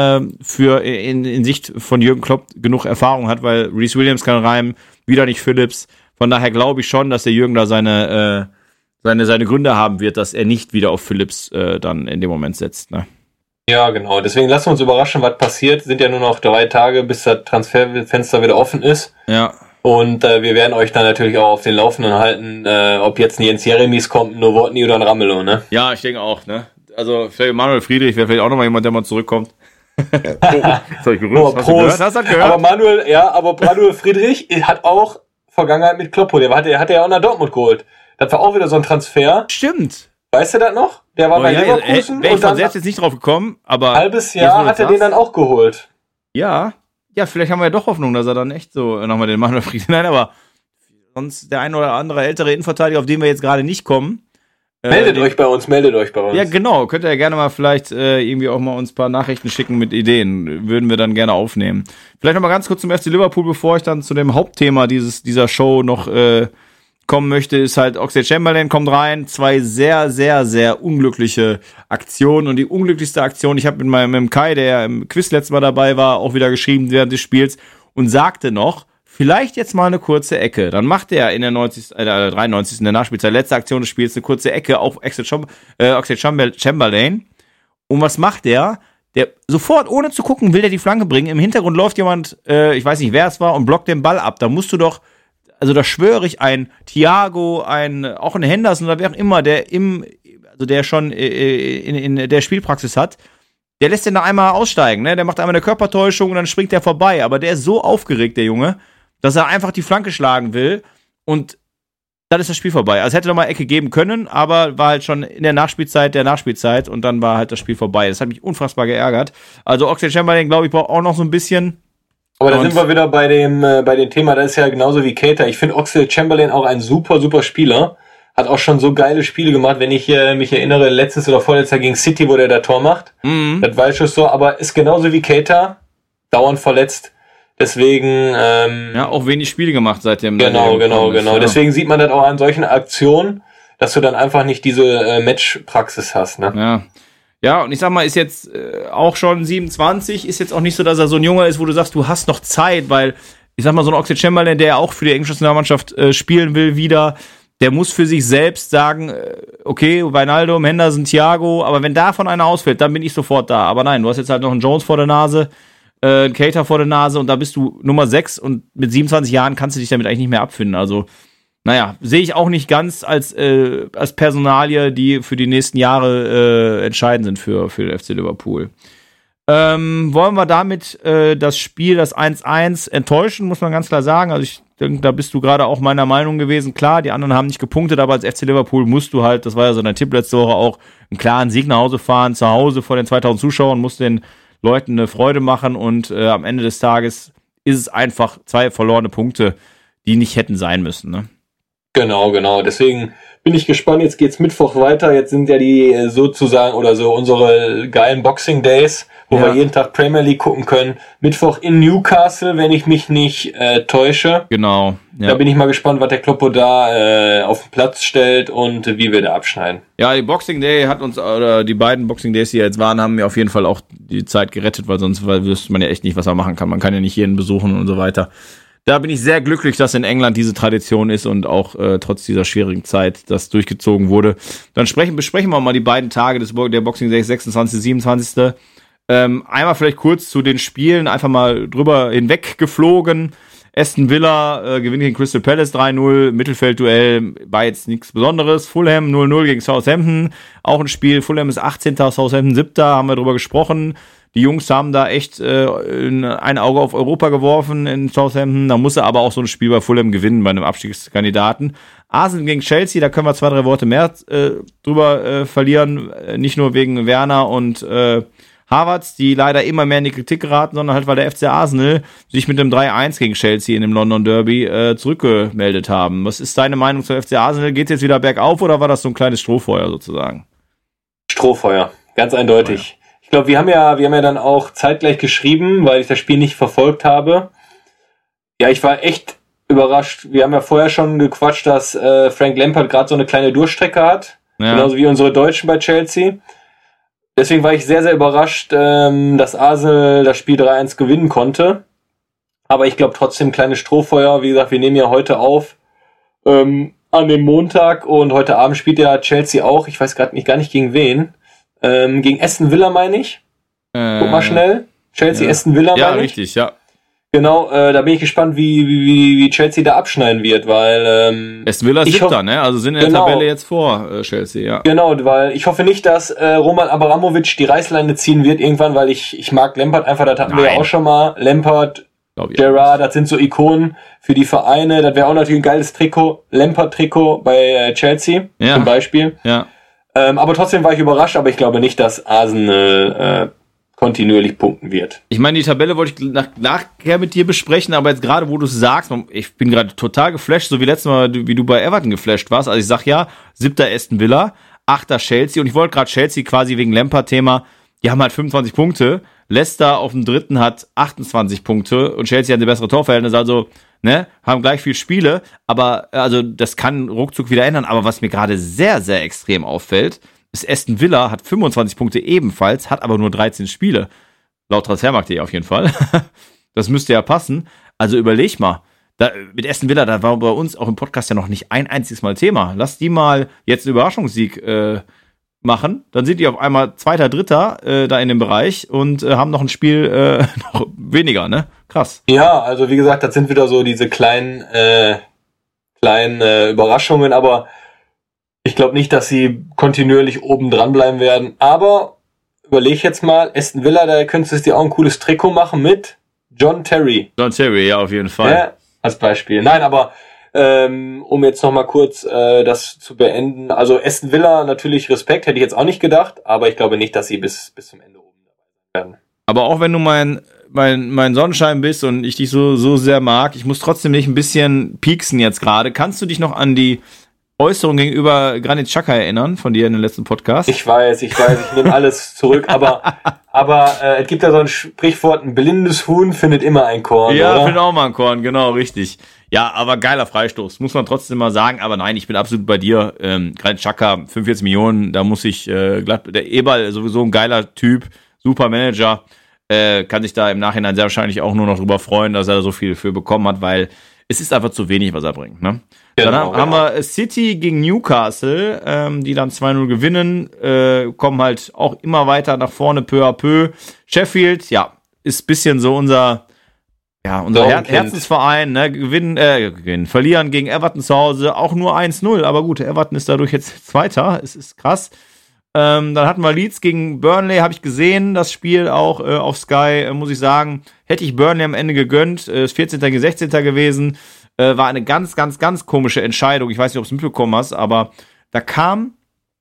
in Sicht von Jürgen Klopp genug Erfahrung hat, weil Reece Williams kann rein, wieder nicht Phillips. Von daher glaube ich schon, dass der Jürgen da seine Gründe haben wird, dass er nicht wieder auf Phillips dann in dem Moment setzt, ne? Ja, genau. Deswegen lassen wir uns überraschen, was passiert. Sind ja nur noch 3 Tage, bis das Transferfenster wieder offen ist. Ja. Und wir werden euch dann natürlich auch auf den Laufenden halten, ob jetzt ein Jens Jeremies kommt, ein Novotny oder ein Ramelow, ne? Ja, ich denke auch, ne? Also vielleicht Manuel Friedrich wäre vielleicht auch nochmal jemand, der mal zurückkommt. Soll ich gerührt? Hast du gehört? Aber Manuel Friedrich hat auch Vergangenheit mit Kloppo. Der hat ja auch nach Dortmund geholt. Das war auch wieder so ein Transfer. Stimmt. Weißt du das noch? Der war bei Leverkusen. Wäre ich von selbst jetzt nicht drauf gekommen, aber... Ein halbes Jahr hat er den dann auch geholt. Ja, vielleicht haben wir ja doch Hoffnung, dass er dann echt so nochmal den Manuel Friedrich... Nein, aber sonst der ein oder andere ältere Innenverteidiger, auf den wir jetzt gerade nicht kommen... Meldet euch bei uns. Ja, genau. Könnt ihr ja gerne mal vielleicht irgendwie auch mal uns ein paar Nachrichten schicken mit Ideen. Würden wir dann gerne aufnehmen. Vielleicht noch mal ganz kurz zum FC Liverpool, bevor ich dann zu dem Hauptthema dieser Show noch kommen möchte, ist halt Oxlade-Chamberlain kommt rein. 2 sehr, sehr, sehr unglückliche Aktionen. Und die unglücklichste Aktion, ich habe mit dem Kai, der ja im Quiz letztes Mal dabei war, auch wieder geschrieben während des Spiels und sagte noch, vielleicht jetzt mal eine kurze Ecke. Dann macht er in der 93. in der Nachspielzeit, letzte Aktion des Spiels, eine kurze Ecke auf Oxlade-Chamberlain. Und was macht der? Der sofort, ohne zu gucken, will der die Flanke bringen. Im Hintergrund läuft jemand, ich weiß nicht, wer es war, und blockt den Ball ab. Da musst du doch, also da schwöre ich, ein Thiago, auch ein Henderson oder wer auch immer, der schon in der Spielpraxis hat, der lässt den da einmal aussteigen, ne? Der macht einmal eine Körpertäuschung und dann springt der vorbei. Aber der ist so aufgeregt, der Junge, dass er einfach die Flanke schlagen will und dann ist das Spiel vorbei. Also es hätte noch mal Ecke geben können, aber war halt schon in der Nachspielzeit und dann war halt das Spiel vorbei. Das hat mich unfassbar geärgert. Also Oxlade-Chamberlain, glaube ich, braucht auch noch so ein bisschen. Aber da sind wir wieder bei dem Thema, das ist ja genauso wie Keita. Ich finde Oxlade-Chamberlain auch ein super, super Spieler. Hat auch schon so geile Spiele gemacht, wenn ich mich erinnere, letztes oder vorletztes Jahr gegen City, wo der da Tor macht. Mhm. Das war schon so, aber ist genauso wie Keita, dauernd verletzt. Deswegen auch wenig Spiele gemacht seitdem. Genau. Ja. Deswegen sieht man das auch an solchen Aktionen, dass du dann einfach nicht diese Matchpraxis hast, ne? Ja, und ich sag mal, ist jetzt auch schon 27, ist jetzt auch nicht so, dass er so ein Junger ist, wo du sagst, du hast noch Zeit, weil ich sag mal, so ein Oxlade-Chamberlain, der ja auch für die englische Nationalmannschaft spielen will wieder, der muss für sich selbst sagen, okay, Wijnaldum, Henderson, Thiago, aber wenn davon einer ausfällt, dann bin ich sofort da. Aber nein, du hast jetzt halt noch einen Jones vor der Nase, einen Keita vor der Nase und da bist du Nummer 6 und mit 27 Jahren kannst du dich damit eigentlich nicht mehr abfinden. Also, naja, sehe ich auch nicht ganz als Personalie, die für die nächsten Jahre entscheidend sind für den FC Liverpool. Wollen wir damit das Spiel, das 1-1, enttäuschen, muss man ganz klar sagen. Also ich denke, da bist du gerade auch meiner Meinung gewesen. Klar, die anderen haben nicht gepunktet, aber als FC Liverpool musst du halt, das war ja so dein Tipp letzte Woche auch, einen klaren Sieg nach Hause fahren, zu Hause vor den 2000 Zuschauern, musst den Leuten eine Freude machen und am Ende des Tages ist es einfach 2 verlorene Punkte, die nicht hätten sein müssen, ne? Genau. Deswegen bin ich gespannt. Jetzt geht's Mittwoch weiter. Jetzt sind ja die sozusagen oder so unsere geilen Boxing Days, wo wir jeden Tag Premier League gucken können. Mittwoch in Newcastle, wenn ich mich nicht täusche. Genau. Ja. Da bin ich mal gespannt, was der Kloppo da auf den Platz stellt und wie wir da abschneiden. Ja, die Boxing Day oder die beiden Boxing Days, die jetzt waren, haben mir auf jeden Fall auch die Zeit gerettet, weil sonst wüsste man ja echt nicht, was man machen kann. Man kann ja nicht jeden besuchen und so weiter. Da bin ich sehr glücklich, dass in England diese Tradition ist und auch trotz dieser schwierigen Zeit das durchgezogen wurde. Dann besprechen wir mal die beiden Tage der Boxing Day, 26. 27. Einmal vielleicht kurz zu den Spielen, einfach mal drüber hinweg geflogen. Aston Villa gewinnt gegen Crystal Palace 3-0, Mittelfeldduell war jetzt nichts Besonderes. Fulham 0-0 gegen Southampton, auch ein Spiel. Fulham ist 18., Southampton 7., haben wir drüber gesprochen. Die Jungs haben da echt ein Auge auf Europa geworfen in Southampton. Da muss er aber auch so ein Spiel bei Fulham gewinnen, bei einem Abstiegskandidaten. Arsenal gegen Chelsea, da können wir 2-3 Worte mehr drüber verlieren. Nicht nur wegen Werner und Havertz, die leider immer mehr in die Kritik geraten, sondern halt, weil der FC Arsenal sich mit dem 3-1 gegen Chelsea in dem London Derby zurückgemeldet haben. Was ist deine Meinung zum FC Arsenal? Geht es jetzt wieder bergauf oder war das so ein kleines Strohfeuer sozusagen? Strohfeuer, ganz eindeutig. Ich glaube, wir haben ja dann auch zeitgleich geschrieben, weil ich das Spiel nicht verfolgt habe. Ja, ich war echt überrascht. Wir haben ja vorher schon gequatscht, dass Frank Lampard gerade so eine kleine Durchstrecke hat. Ja. Genauso wie unsere Deutschen bei Chelsea. Deswegen war ich sehr, sehr überrascht, dass Arsenal das Spiel 3-1 gewinnen konnte. Aber ich glaube trotzdem kleines Strohfeuer. Wie gesagt, wir nehmen ja heute auf an dem Montag und heute Abend spielt ja Chelsea auch. Ich weiß gar nicht gegen wen. Gegen Aston Villa, meine ich. Guck mal schnell. Chelsea, ja. Aston Villa, meine ich. Ja, richtig, ja. Genau, da bin ich gespannt, wie Chelsea da abschneiden wird, weil Aston Villa ist 7., ne? Also sind in der Tabelle jetzt vor Chelsea, ja. Genau, weil ich hoffe nicht, dass Roman Abramovich die Reißleine ziehen wird irgendwann, weil ich mag Lampard einfach, das hatten wir ja auch schon mal. Lampard, Gerrard, das sind so Ikonen für die Vereine. Das wäre auch natürlich ein geiles Trikot, Lampard-Trikot bei Chelsea zum Beispiel. Ja. Aber trotzdem war ich überrascht, aber ich glaube nicht, dass Arsenal kontinuierlich punkten wird. Ich meine, die Tabelle wollte ich nachher mit dir besprechen, aber jetzt gerade, wo du es sagst, ich bin gerade total geflasht, so wie letztes Mal, wie du bei Everton geflasht warst. Also ich sag ja, 7. Aston Villa, 8. Chelsea und ich wollte gerade Chelsea quasi wegen Lampard-Thema, die haben halt 25 Punkte, Leicester auf dem 3. hat 28 Punkte und Chelsea hat eine bessere Torverhältnis, also haben gleich viel Spiele, aber also das kann ruckzuck wieder ändern, aber was mir gerade sehr, sehr extrem auffällt, ist Aston Villa hat 25 Punkte ebenfalls, hat aber nur 13 Spiele. Laut Transfermarkt.de auf jeden Fall. Das müsste ja passen. Also überleg mal. Mit Aston Villa, da war bei uns auch im Podcast ja noch nicht ein einziges Mal Thema. Lass die mal jetzt einen Überraschungssieg machen. Dann sind die auf einmal 2., 3. Da in dem Bereich und haben noch ein Spiel noch weniger, ne? Krass. Ja, also wie gesagt, das sind wieder so diese kleinen Überraschungen, aber ich glaube nicht, dass sie kontinuierlich oben dran bleiben werden. Aber überleg jetzt mal, Aston Villa, da könntest du dir auch ein cooles Trikot machen mit John Terry. John Terry, ja, auf jeden Fall. Ja, als Beispiel. Nein, aber um jetzt nochmal kurz das zu beenden. Also Aston Villa, natürlich Respekt, hätte ich jetzt auch nicht gedacht, aber ich glaube nicht, dass sie bis zum Ende oben dabei werden. Aber auch wenn du mein Sonnenschein bist und ich dich so sehr mag, ich muss trotzdem nicht ein bisschen pieksen jetzt gerade. Kannst du dich noch an die Äußerung gegenüber Granit Xhaka erinnern, von dir in den letzten Podcast? Ich weiß, ich nehme alles zurück, aber es gibt ja so ein Sprichwort, ein blindes Huhn findet immer ein Korn, ja, oder? Findet auch mal ein Korn, genau, richtig. Ja, aber geiler Freistoß, muss man trotzdem mal sagen, aber nein, ich bin absolut bei dir. Granit Xhaka, 45 Millionen, da muss ich glatt, der Eberl, sowieso ein geiler Typ, super Manager, kann sich da im Nachhinein sehr wahrscheinlich auch nur noch drüber freuen, dass er so viel für bekommen hat, weil es ist einfach zu wenig, was er bringt, ne? Genau, dann haben wir City gegen Newcastle, die dann 2-0 gewinnen, kommen halt auch immer weiter nach vorne, peu à peu. Sheffield, ja, ist ein bisschen so unser Herzensverein, ne? Verlieren gegen Everton zu Hause, auch nur 1-0, aber gut, Everton ist dadurch jetzt Zweiter, es ist krass. Dann hatten wir Leeds gegen Burnley, habe ich gesehen, das Spiel auch auf Sky, muss ich sagen, hätte ich Burnley am Ende gegönnt, ist 14. gegen 16. gewesen. War eine ganz, ganz, ganz komische Entscheidung. Ich weiß nicht, ob du es mitbekommen hast, aber da kam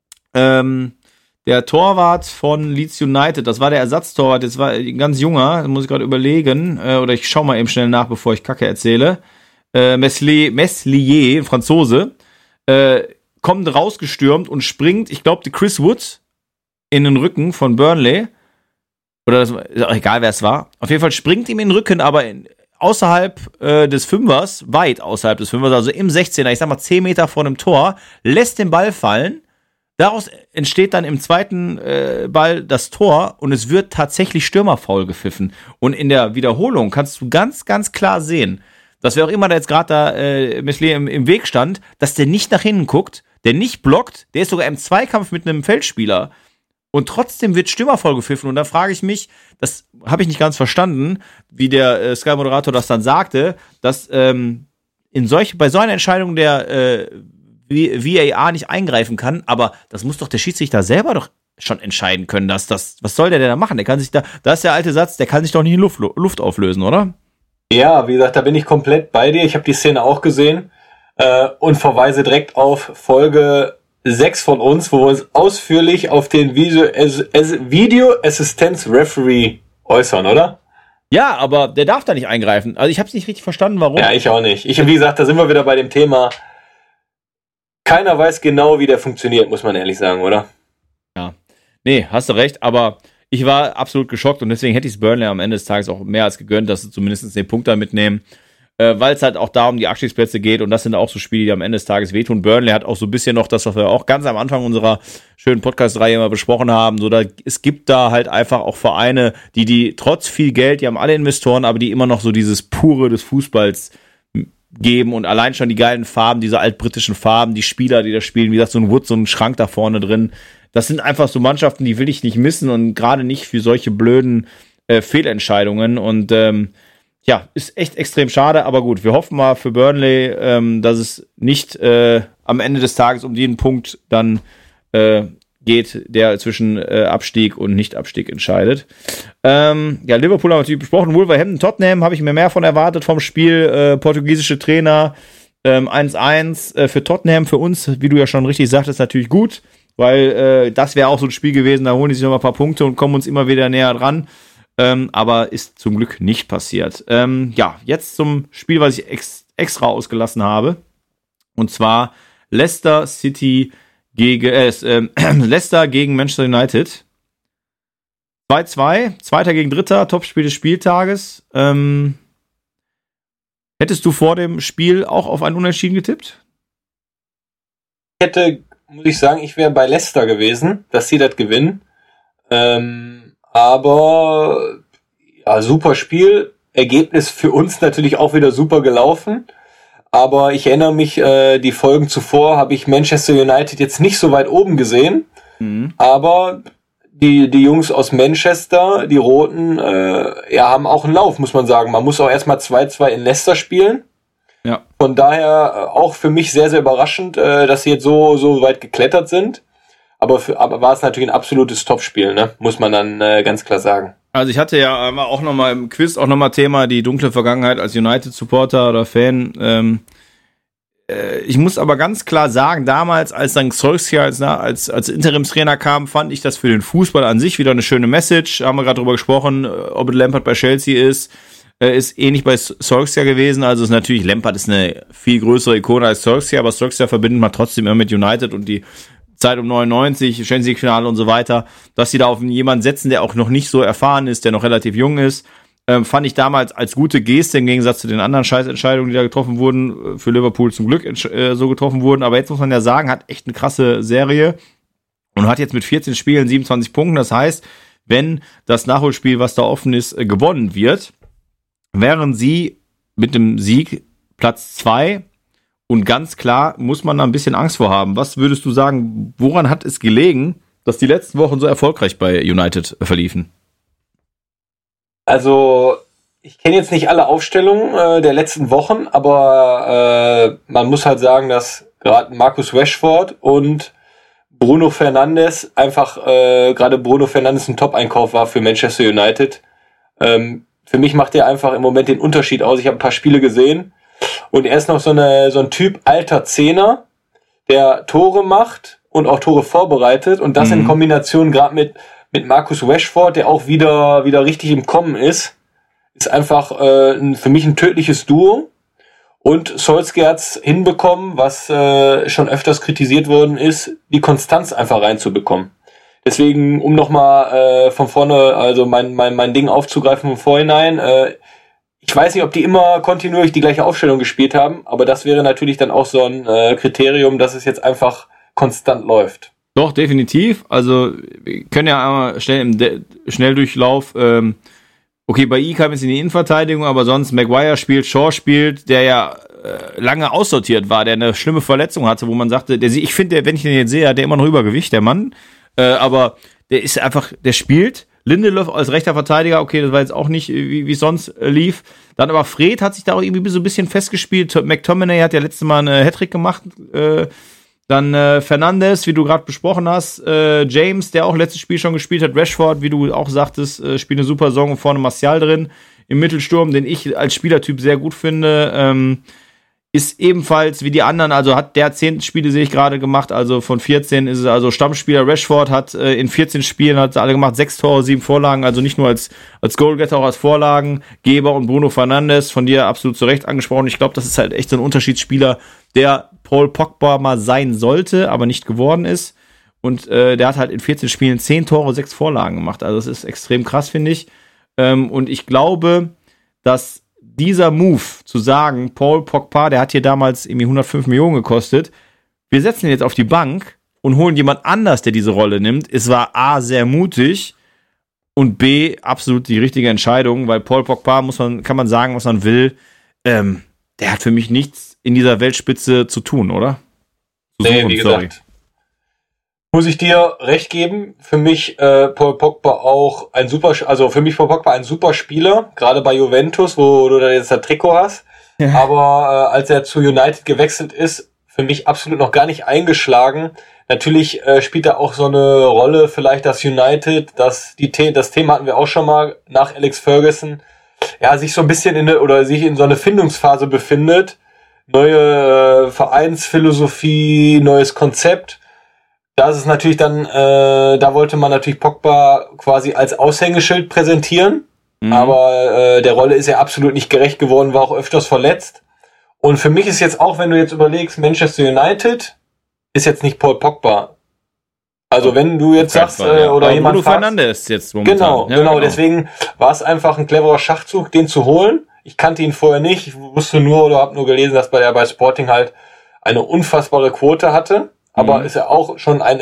der Torwart von Leeds United, das war der Ersatztorwart, das war ein ganz junger, muss ich gerade überlegen, oder ich schau mal eben schnell nach, bevor ich Kacke erzähle. Meslier, Franzose, kommt rausgestürmt und springt, ich glaube, Chris Wood in den Rücken von Burnley. Oder das, egal wer es war. Auf jeden Fall springt ihm in den Rücken, aber außerhalb des Fünfers, weit außerhalb des Fünfers, also im 16er, ich sag mal 10 Meter vor dem Tor, lässt den Ball fallen. Daraus entsteht dann im zweiten Ball das Tor und es wird tatsächlich Stürmerfoul gepfiffen. Und in der Wiederholung kannst du ganz, ganz klar sehen, dass wer auch immer da jetzt gerade da Meslier im Weg stand, dass der nicht nach hinten guckt, der nicht blockt, der ist sogar im Zweikampf mit einem Feldspieler Und trotzdem wird Stürmer gepfiffen. Und da frage ich mich, das habe ich nicht ganz verstanden, wie der Sky-Moderator das dann sagte, dass bei so einer Entscheidung der VAR nicht eingreifen kann, aber das muss doch der Schiedsrichter selber doch schon entscheiden können, was soll der denn da machen? Der kann sich da ist der alte Satz, der kann sich doch nicht in Luft auflösen, oder? Ja, wie gesagt, da bin ich komplett bei dir. Ich habe die Szene auch gesehen und verweise direkt auf Folge 6 von uns, wo wir uns ausführlich auf den Video Assistance Referee äußern, oder? Ja, aber der darf da nicht eingreifen. Also ich habe es nicht richtig verstanden, warum. Ja, ich auch nicht. Wie gesagt, da sind wir wieder bei dem Thema. Keiner weiß genau, wie der funktioniert, muss man ehrlich sagen, oder? Ja. Nee, hast du recht, aber ich war absolut geschockt und deswegen hätte ich es Burnley am Ende des Tages auch mehr als gegönnt, dass sie zumindest den Punkt da mitnehmen, weil es halt auch da um die Abstiegsplätze geht und das sind auch so Spiele, die am Ende des Tages wehtun. Burnley hat auch so ein bisschen noch das, was wir auch ganz am Anfang unserer schönen Podcast-Reihe immer besprochen haben, es gibt da halt einfach auch Vereine, die trotz viel Geld, die haben alle Investoren, aber die immer noch so dieses Pure des Fußballs geben und allein schon die geilen Farben, diese altbritischen Farben, die Spieler, die da spielen, wie gesagt, so ein Wood, so ein Schrank da vorne drin, das sind einfach so Mannschaften, die will ich nicht missen und gerade nicht für solche blöden Fehlentscheidungen und ist echt extrem schade, aber gut, wir hoffen mal für Burnley, dass es nicht am Ende des Tages um jeden Punkt dann geht, der zwischen Abstieg und Nicht-Abstieg entscheidet. Liverpool haben wir natürlich besprochen, Wolverhampton, Tottenham habe ich mir mehr von erwartet vom Spiel, portugiesische Trainer, 1-1 für Tottenham, für uns, wie du ja schon richtig sagtest, natürlich gut, weil das wäre auch so ein Spiel gewesen, da holen die sich noch mal ein paar Punkte und kommen uns immer wieder näher dran. Aber ist zum Glück nicht passiert. Jetzt zum Spiel, was ich extra ausgelassen habe. Und zwar Leicester gegen Manchester United. 2-2, Zweiter gegen Dritter, Topspiel des Spieltages. Hättest du vor dem Spiel auch auf ein Unentschieden getippt? Muss ich sagen, ich wäre bei Leicester gewesen, dass sie das gewinnen. Aber ja, super Spiel. Ergebnis für uns natürlich auch wieder super gelaufen. Aber ich erinnere mich, die Folgen zuvor habe ich Manchester United jetzt nicht so weit oben gesehen. Mhm. Aber die Jungs aus Manchester, die Roten, haben auch einen Lauf, muss man sagen. Man muss auch erstmal 2-2 in Leicester spielen. Ja. Von daher auch für mich sehr, sehr überraschend, dass sie jetzt so weit geklettert sind. Aber war es natürlich ein absolutes Topspiel, ne? Muss man dann ganz klar sagen. Also ich hatte ja auch nochmal im Quiz auch nochmal Thema die dunkle Vergangenheit als United-Supporter oder Fan. Ich muss aber ganz klar sagen, damals, als dann Solskjaer als Interimstrainer kam, fand ich das für den Fußball an sich wieder eine schöne Message. Haben wir gerade drüber gesprochen, ob Lampard bei Chelsea ist ähnlich bei Solskjaer gewesen. Also ist natürlich, Lampard ist eine viel größere Ikone als Solskjaer, aber Solskjaer verbindet man trotzdem immer mit United und die Zeit um 99, Champions League Finale und so weiter, dass sie da auf jemanden setzen, der auch noch nicht so erfahren ist, der noch relativ jung ist, fand ich damals als gute Geste im Gegensatz zu den anderen Scheißentscheidungen, die da getroffen wurden, für Liverpool zum Glück so getroffen wurden. Aber jetzt muss man ja sagen, hat echt eine krasse Serie und hat jetzt mit 14 Spielen 27 Punkten. Das heißt, wenn das Nachholspiel, was da offen ist, gewonnen wird, wären sie mit dem Sieg Platz 2. Und ganz klar muss man da ein bisschen Angst vor haben. Was würdest du sagen, woran hat es gelegen, dass die letzten Wochen so erfolgreich bei United verliefen? Also, ich kenne jetzt nicht alle Aufstellungen der letzten Wochen, aber man muss halt sagen, dass gerade Marcus Rashford und Bruno Fernandes gerade Bruno Fernandes ein Top-Einkauf war für Manchester United. Für mich macht er einfach im Moment den Unterschied aus. Ich habe ein paar Spiele gesehen. Und er ist noch so ein Typ alter Zehner, der Tore macht und auch Tore vorbereitet. Und das in Kombination gerade mit Marcus Rashford, der auch wieder richtig im Kommen ist einfach für mich ein tödliches Duo. Und Solskjaer hat's hinbekommen, was schon öfters kritisiert worden ist, die Konstanz einfach reinzubekommen. Deswegen, um nochmal von vorne, also mein Ding aufzugreifen vom Vorhinein, ich weiß nicht, ob die immer kontinuierlich die gleiche Aufstellung gespielt haben, aber das wäre natürlich dann auch so ein Kriterium, dass es jetzt einfach konstant läuft. Doch, definitiv. Also wir können ja einmal schnell im Schnelldurchlauf, okay, bei I kam jetzt in die Innenverteidigung, aber sonst Maguire spielt, Shaw spielt, der ja lange aussortiert war, der eine schlimme Verletzung hatte, wo man sagte, ich finde, wenn ich den jetzt sehe, hat der immer noch Übergewicht, der Mann, aber der ist einfach, der spielt. Lindelof als rechter Verteidiger, okay, das war jetzt auch nicht, wie es sonst lief. Dann aber Fred hat sich da auch irgendwie so ein bisschen festgespielt. McTominay hat ja letztes Mal eine Hattrick gemacht. Dann Fernandes, wie du gerade besprochen hast. James, der auch letztes Spiel schon gespielt hat. Rashford, wie du auch sagtest, spielt eine super Saison und vorne Martial drin. Im Mittelsturm, den ich als Spielertyp sehr gut finde. Ist ebenfalls wie die anderen, also hat der 10 Spiele, sehe ich gerade, gemacht, also von 14 ist es also Stammspieler. Rashford hat in 14 Spielen, hat alle gemacht, 6 Tore, 7 Vorlagen, also nicht nur als Goalgetter, auch als Vorlagengeber. Und Bruno Fernandes, von dir absolut zu Recht angesprochen. Ich glaube, das ist halt echt so ein Unterschiedsspieler, der Paul Pogba mal sein sollte, aber nicht geworden ist. Und der hat halt in 14 Spielen 10 Tore, 6 Vorlagen gemacht. Also das ist extrem krass, finde ich. Und ich glaube, dass dieser Move zu sagen, Paul Pogba, der hat hier damals irgendwie 105 Millionen gekostet, wir setzen ihn jetzt auf die Bank und holen jemand anders, der diese Rolle nimmt. Es war A, sehr mutig und B, absolut die richtige Entscheidung, weil Paul Pogba, kann man sagen, was man will, der hat für mich nichts in dieser Weltspitze zu tun, oder? Nee, wie gesagt. Muss ich dir recht geben, für mich Paul Pogba auch ein super Spieler, gerade bei Juventus, wo du da jetzt das Trikot hast. Ja. Aber als er zu United gewechselt ist, für mich absolut noch gar nicht eingeschlagen. Natürlich spielt er auch so eine Rolle, vielleicht das United, das Thema hatten wir auch schon mal nach Alex Ferguson, ja, sich so ein bisschen sich in so eine Findungsphase befindet. Neue Vereinsphilosophie, neues Konzept. Da ist es natürlich dann, da wollte man natürlich Pogba quasi als Aushängeschild präsentieren, aber der Rolle ist er absolut nicht gerecht geworden, war auch öfters verletzt. Und für mich ist jetzt auch, wenn du jetzt überlegst, Manchester United ist jetzt nicht Paul Pogba. Also wenn du jetzt sagst, oder jemand Bruno Fernandes jetzt momentan. Genau, deswegen war es einfach ein cleverer Schachzug, den zu holen. Ich kannte ihn vorher nicht, ich wusste nur oder habe nur gelesen, dass er bei Sporting halt eine unfassbare Quote hatte. Aber ist er auch schon ein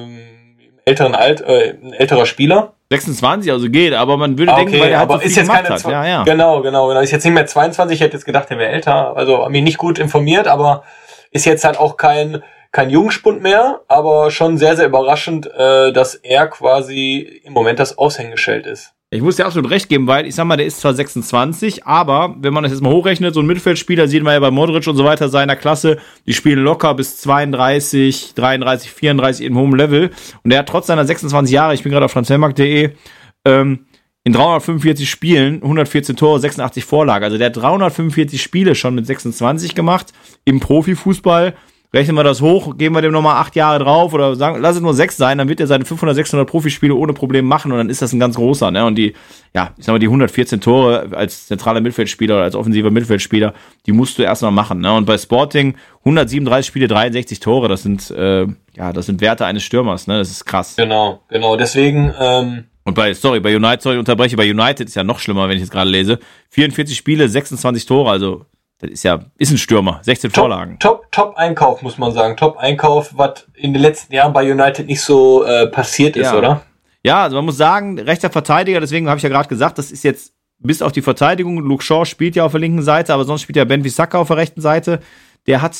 älterer Spieler. 26, also geht, aber man würde denken, weil er halt so viel gemacht hat. Ja. Genau. Ist jetzt nicht mehr 22, ich hätte jetzt gedacht, er wäre älter. Also mich nicht gut informiert, aber ist jetzt halt auch kein Jungspund mehr, aber schon sehr, sehr überraschend, dass er quasi im Moment das Aushängeschild ist. Ich muss dir absolut recht geben, weil ich sag mal, der ist zwar 26, aber wenn man das jetzt mal hochrechnet, so ein Mittelfeldspieler sieht man ja bei Modric und so weiter seiner Klasse, die spielen locker bis 32, 33, 34 im hohen Level und er hat trotz seiner 26 Jahre, ich bin gerade auf transfermarkt.de, in 345 Spielen 114 Tore, 86 Vorlagen. Also der hat 345 Spiele schon mit 26 gemacht im Profifußball. Rechnen wir das hoch, geben wir dem nochmal 8 Jahre drauf oder sagen, lass es nur 6 sein, dann wird er seine 500, 600 Profispiele ohne Probleme machen und dann ist das ein ganz großer, ne? Und die 114 Tore als zentraler Mittelfeldspieler oder als offensiver Mittelfeldspieler, die musst du erstmal machen, ne? Und bei Sporting 137 Spiele, 63 Tore, das sind Werte eines Stürmers, ne? Das ist krass. Genau, deswegen, Und bei United, bei United ist ja noch schlimmer, wenn ich jetzt gerade lese. 44 Spiele, 26 Tore, also das ist ein Stürmer, 16 Vorlagen. Top-Einkauf, muss man sagen. Top-Einkauf, was in den letzten Jahren bei United nicht so passiert ist, oder? Ja, also man muss sagen, rechter Verteidiger, deswegen habe ich ja gerade gesagt, das ist jetzt bis auf die Verteidigung. Luke Shaw spielt ja auf der linken Seite, aber sonst spielt ja Ben Bissaka auf der rechten Seite. Der hat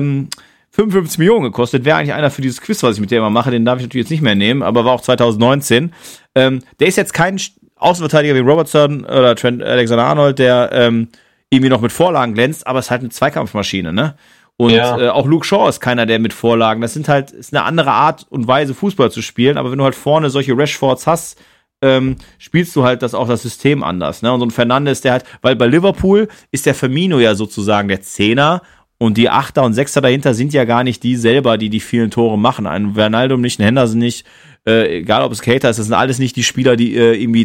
55 Millionen gekostet. Wäre eigentlich einer für dieses Quiz, was ich mit dem immer mache. Den darf ich natürlich jetzt nicht mehr nehmen, aber war auch 2019. Der ist jetzt kein Außenverteidiger wie Robertson oder Trent Alexander-Arnold, der irgendwie noch mit Vorlagen glänzt, aber es ist halt eine Zweikampfmaschine, ne? Und auch Luke Shaw ist keiner, der mit Vorlagen, ist eine andere Art und Weise, Fußball zu spielen, aber wenn du halt vorne solche Rashfords hast, spielst du halt das System anders, ne? Und so ein Fernandes, der halt, weil bei Liverpool ist der Firmino ja sozusagen der Zehner und die Achter und Sechster dahinter sind ja gar nicht die selber, die vielen Tore machen. Ein Wijnaldum nicht, ein Henderson nicht, egal ob es Keita ist, das sind alles nicht die Spieler, die irgendwie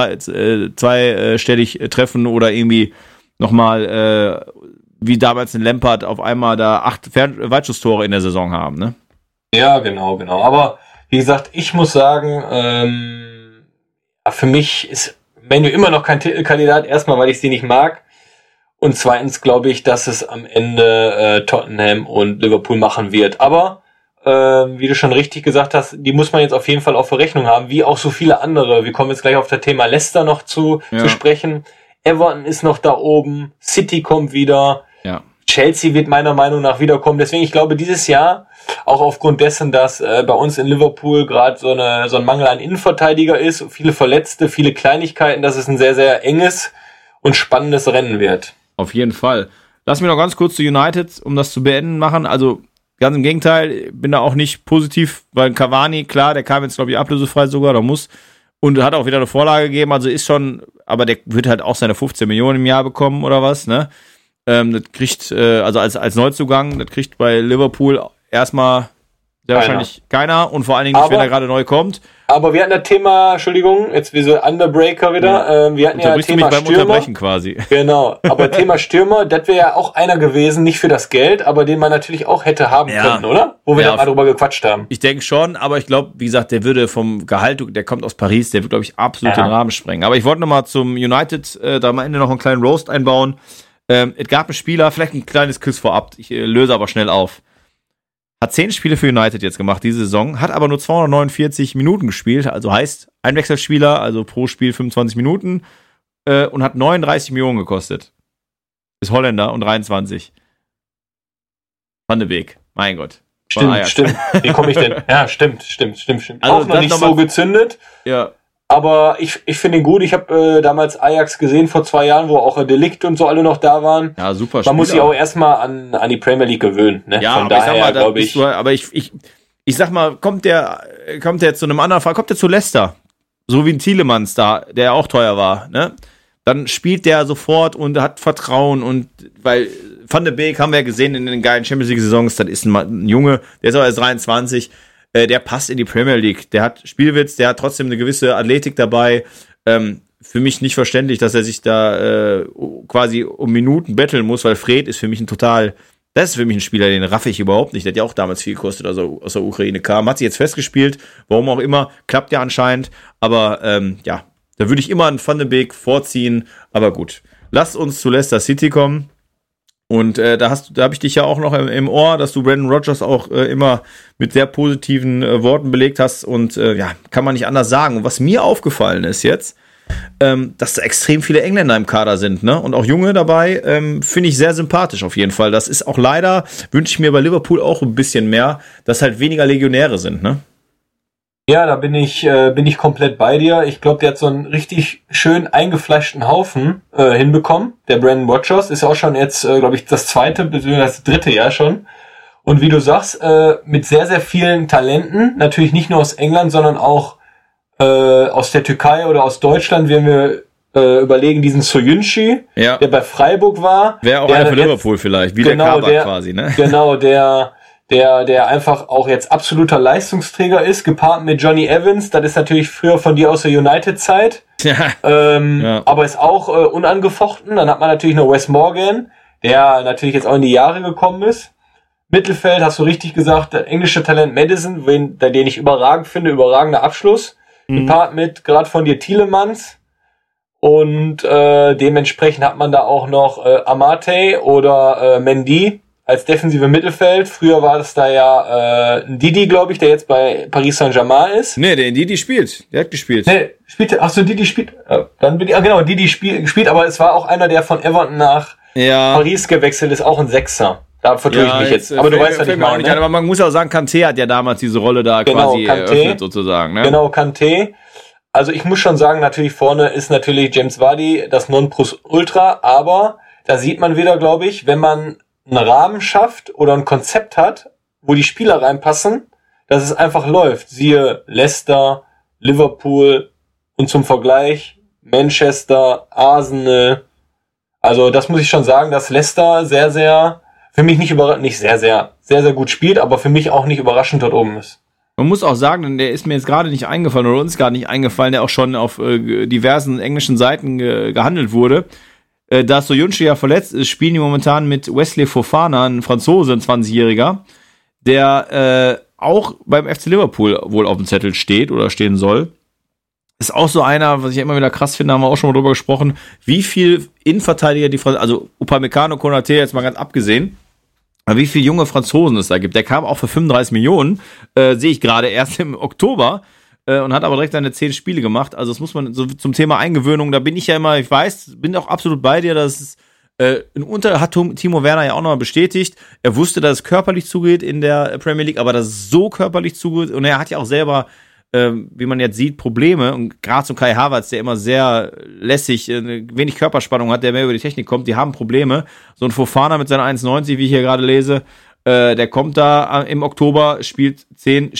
zweistellig treffen oder irgendwie nochmal, wie damals in Lampard auf einmal da 8 Weitschusstore in der Saison haben, ne? Ja, genau. Aber wie gesagt, ich muss sagen, für mich ist Manu immer noch kein Titelkandidat. Erstmal, weil ich sie nicht mag. Und zweitens glaube ich, dass es am Ende Tottenham und Liverpool machen wird. Aber, wie du schon richtig gesagt hast, die muss man jetzt auf jeden Fall auf Verrechnung haben, wie auch so viele andere. Wir kommen jetzt gleich auf das Thema Leicester noch zu sprechen. Everton ist noch da oben, City kommt wieder, Chelsea wird meiner Meinung nach wiederkommen. Deswegen, ich glaube, dieses Jahr, auch aufgrund dessen, dass bei uns in Liverpool gerade so ein Mangel an Innenverteidiger ist, viele Verletzte, viele Kleinigkeiten, dass es ein sehr, sehr enges und spannendes Rennen wird. Auf jeden Fall. Lass mich noch ganz kurz zu United, um das zu beenden, machen. Also ganz im Gegenteil, bin da auch nicht positiv, weil Cavani, klar, der kam jetzt, glaube ich, ablösefrei sogar, oder muss, und hat auch wieder eine Vorlage gegeben, also ist schon, aber der wird halt auch seine 15 Millionen im Jahr bekommen oder was, ne? Das kriegt, also als Neuzugang, das kriegt bei Liverpool erstmal sehr wahrscheinlich keiner und vor allen Dingen nicht, wenn er gerade neu kommt. Aber wir hatten das Thema, Entschuldigung, jetzt wie so Underbreaker wieder, wir hatten ja Thema beim Stürmer. Unterbrechen quasi. Genau, aber Thema Stürmer, das wäre ja auch einer gewesen, nicht für das Geld, aber den man natürlich auch hätte haben können, oder? Wo wir da mal drüber gequatscht haben. Ich denke schon, aber ich glaube, wie gesagt, der würde vom Gehalt, der kommt aus Paris, der wird, glaube ich, absolut den Rahmen sprengen. Aber ich wollte nochmal zum United, da am Ende noch einen kleinen Roast einbauen. Es gab einen Spieler, vielleicht ein kleines Quiz vorab, ich löse aber schnell auf. Hat 10 Spiele für United jetzt gemacht diese Saison, hat aber nur 249 Minuten gespielt, also heißt Einwechselspieler, also pro Spiel 25 Minuten und hat 39 Millionen gekostet. Ist Holländer und 23. Van de Beek, mein Gott. Stimmt. Wie komme ich denn? Ja, stimmt. Also auch noch nicht so gezündet. Ja. Aber ich finde ihn gut. Ich habe damals Ajax gesehen vor 2 Jahren, wo auch Delikt und so alle noch da waren. Ja, super Spieler. Man muss sich auch erstmal an die Premier League gewöhnen. Ne? Ja, von aber daher, glaube ich. Ich sag mal, kommt der zu einem anderen Fall, kommt der zu Leicester, so wie ein Tielemans da, der auch teuer war, ne? Dann spielt der sofort und hat Vertrauen und weil Van de Beek haben wir ja gesehen in den geilen Champions League Saisons, das ist ein Junge, der ist aber erst 23. Der passt in die Premier League. Der hat Spielwitz, der hat trotzdem eine gewisse Athletik dabei. Für mich nicht verständlich, dass er sich da quasi um Minuten betteln muss, weil Fred ist für mich das ist für mich ein Spieler, den raff ich überhaupt nicht. Der hat ja auch damals viel gekostet, also aus der Ukraine kam. Hat sich jetzt festgespielt, warum auch immer, klappt ja anscheinend. Aber da würde ich immer einen Van de Beek vorziehen. Aber gut, lasst uns zu Leicester City kommen. Und da habe ich dich ja auch noch im Ohr, dass du Brendan Rodgers auch immer mit sehr positiven Worten belegt hast. Und kann man nicht anders sagen. Und was mir aufgefallen ist jetzt, dass da extrem viele Engländer im Kader sind, ne? Und auch Junge dabei, finde ich sehr sympathisch auf jeden Fall. Das ist auch leider, wünsche ich mir bei Liverpool auch ein bisschen mehr, dass halt weniger Legionäre sind, ne? Ja, da bin ich komplett bei dir. Ich glaube, der hat so einen richtig schön eingefleischten Haufen hinbekommen. Der Brendan Rodgers ist ja auch schon jetzt, glaube ich, das 2. bzw. das 3. Jahr schon. Und wie du sagst, mit sehr, sehr vielen Talenten. Natürlich nicht nur aus England, sondern auch aus der Türkei oder aus Deutschland, wenn wir überlegen, diesen Soyuncu, der bei Freiburg war. Wäre auch einer für Liverpool vielleicht, wie genau, der Kabak quasi, ne? Genau, der einfach auch jetzt absoluter Leistungsträger ist, gepaart mit Johnny Evans. Das ist natürlich früher von dir aus der United-Zeit. Aber ist auch unangefochten. Dann hat man natürlich noch Wes Morgan, der natürlich jetzt auch in die Jahre gekommen ist. Mittelfeld, hast du richtig gesagt, der englische Talent Maddison, den ich überragend finde, überragender Abschluss. Gepaart mit gerade von dir Tielemans. Und dementsprechend hat man da auch noch Amate oder Mendy als defensive Mittelfeld. Früher war das da ja ein Didi, glaube ich, der jetzt bei Paris Saint-Germain ist. Nee, der Didi spielt. Der hat gespielt. Nee, Didi spielt. Dann bin ich, genau, Didi gespielt, aber es war auch einer, der von Everton nach Paris gewechselt ist, auch ein Sechser. Da vertue ich mich jetzt. Aber du weißt ja nicht mal, ne? Aber man muss auch sagen, Kanté hat ja damals diese Rolle da quasi eröffnet, sozusagen. Ne? Genau, Kanté. Also ich muss schon sagen, natürlich vorne ist natürlich James Vardy das Nonplusultra, aber da sieht man wieder, glaube ich, wenn man einen Rahmen schafft oder ein Konzept hat, wo die Spieler reinpassen, dass es einfach läuft. Siehe Leicester, Liverpool und zum Vergleich Manchester, Arsenal. Also das muss ich schon sagen, dass Leicester sehr, sehr, für mich sehr, sehr gut spielt, aber für mich auch nicht überraschend dort oben ist. Man muss auch sagen, denn der ist mir jetzt gerade nicht eingefallen oder uns gerade nicht eingefallen, der auch schon auf diversen englischen Seiten gehandelt wurde. Da Soyuncu ja verletzt ist, spielen die momentan mit Wesley Fofana, ein Franzose, ein 20-Jähriger, der auch beim FC Liverpool wohl auf dem Zettel steht oder stehen soll. Ist auch so einer, was ich immer wieder krass finde, haben wir auch schon mal drüber gesprochen, wie viel Innenverteidiger also Upamecano, Konaté jetzt mal ganz abgesehen, aber wie viele junge Franzosen es da gibt. Der kam auch für 35 Millionen, sehe ich gerade erst im Oktober, und hat aber direkt seine 10 Spiele gemacht. Also das muss man so zum Thema Eingewöhnung, da bin ich ja immer, ich weiß, bin auch absolut bei dir, dass es Hat Timo Werner ja auch nochmal bestätigt. Er wusste, dass es körperlich zugeht in der Premier League, aber dass es so körperlich zugeht. Und er hat ja auch selber, wie man jetzt sieht, Probleme. Und gerade so Kai Havertz, der immer sehr lässig, wenig Körperspannung hat, der mehr über die Technik kommt, die haben Probleme. So ein Fofana mit seiner 1,90, wie ich hier gerade lese, der kommt da im Oktober, spielt 11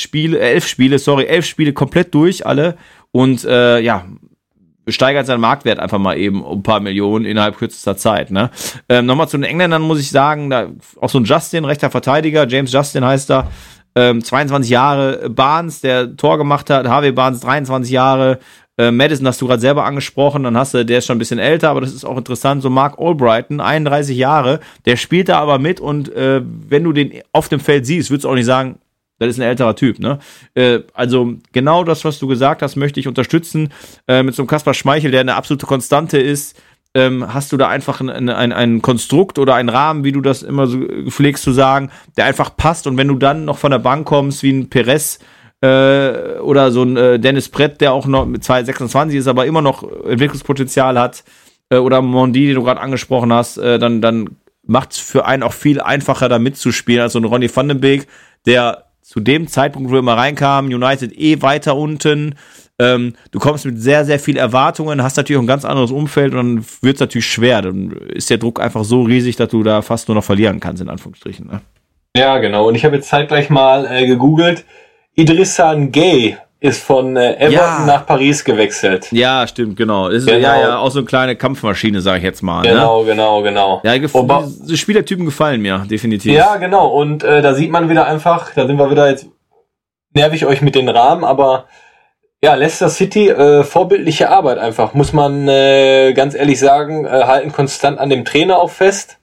Spiele komplett durch, alle. Und steigert seinen Marktwert einfach mal eben um ein paar Millionen innerhalb kürzester Zeit. Ne? Nochmal zu den Engländern muss ich sagen, da auch so ein Justin, rechter Verteidiger, James Justin heißt er, 22 Jahre, Barnes, der Tor gemacht hat, Harvey Barnes 23 Jahre, Maddison hast du gerade selber angesprochen, dann hast du, der ist schon ein bisschen älter, aber das ist auch interessant, so Mark Albrighton, 31 Jahre, der spielt da aber mit und wenn du den auf dem Feld siehst, würdest du auch nicht sagen, das ist ein älterer Typ, ne? Also genau das, was du gesagt hast, möchte ich unterstützen. Mit so einem Kasper Schmeichel, der eine absolute Konstante ist, hast du da einfach ein Konstrukt oder einen Rahmen, wie du das immer so pflegst zu sagen, der einfach passt. Und wenn du dann noch von der Bank kommst, wie ein Perez oder so ein Dennis Brett, der auch noch mit 2,26 ist, aber immer noch Entwicklungspotenzial hat, oder Mondi, den du gerade angesprochen hast, dann macht es für einen auch viel einfacher, da mitzuspielen, als so ein Ronny van den Beek, der zu dem Zeitpunkt, wo wir mal reinkamen, United weiter unten. Du kommst mit sehr, sehr viel Erwartungen, hast natürlich auch ein ganz anderes Umfeld und dann wird es natürlich schwer. Dann ist der Druck einfach so riesig, dass du da fast nur noch verlieren kannst, in Anführungsstrichen. Ne? Ja, genau. Und ich habe jetzt zeitgleich mal gegoogelt. Idrissa Gueye ist von Everton nach Paris gewechselt. Ja, stimmt, genau. Das ist ja auch so eine kleine Kampfmaschine, sage ich jetzt mal. Genau. Ja, die Spielertypen gefallen mir, definitiv. Ja, genau. Und da sieht man wieder einfach, da sind wir wieder jetzt, nerv ich euch mit den Rahmen, aber ja, Leicester City, vorbildliche Arbeit einfach, muss man ganz ehrlich sagen, halten konstant an dem Trainer auch fest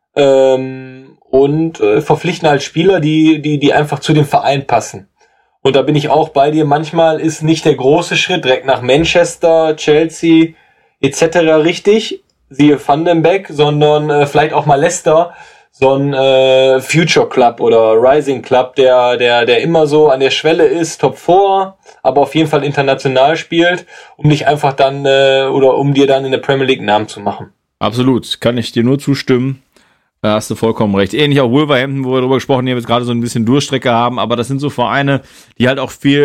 und verpflichten halt Spieler, die einfach zu dem Verein passen. Und da bin ich auch bei dir. Manchmal ist nicht der große Schritt direkt nach Manchester, Chelsea etc. richtig, siehe Van den Beek, sondern vielleicht auch mal Leicester, so ein Future Club oder Rising Club, der immer so an der Schwelle ist, Top 4, aber auf jeden Fall international spielt, um dich einfach dann oder um dir dann in der Premier League einen Namen zu machen. Absolut, kann ich dir nur zustimmen. Da hast du vollkommen recht. Ähnlich auch Wolverhampton, wo wir darüber gesprochen haben, die jetzt gerade so ein bisschen Durchstrecke haben, aber das sind so Vereine, die halt auch viel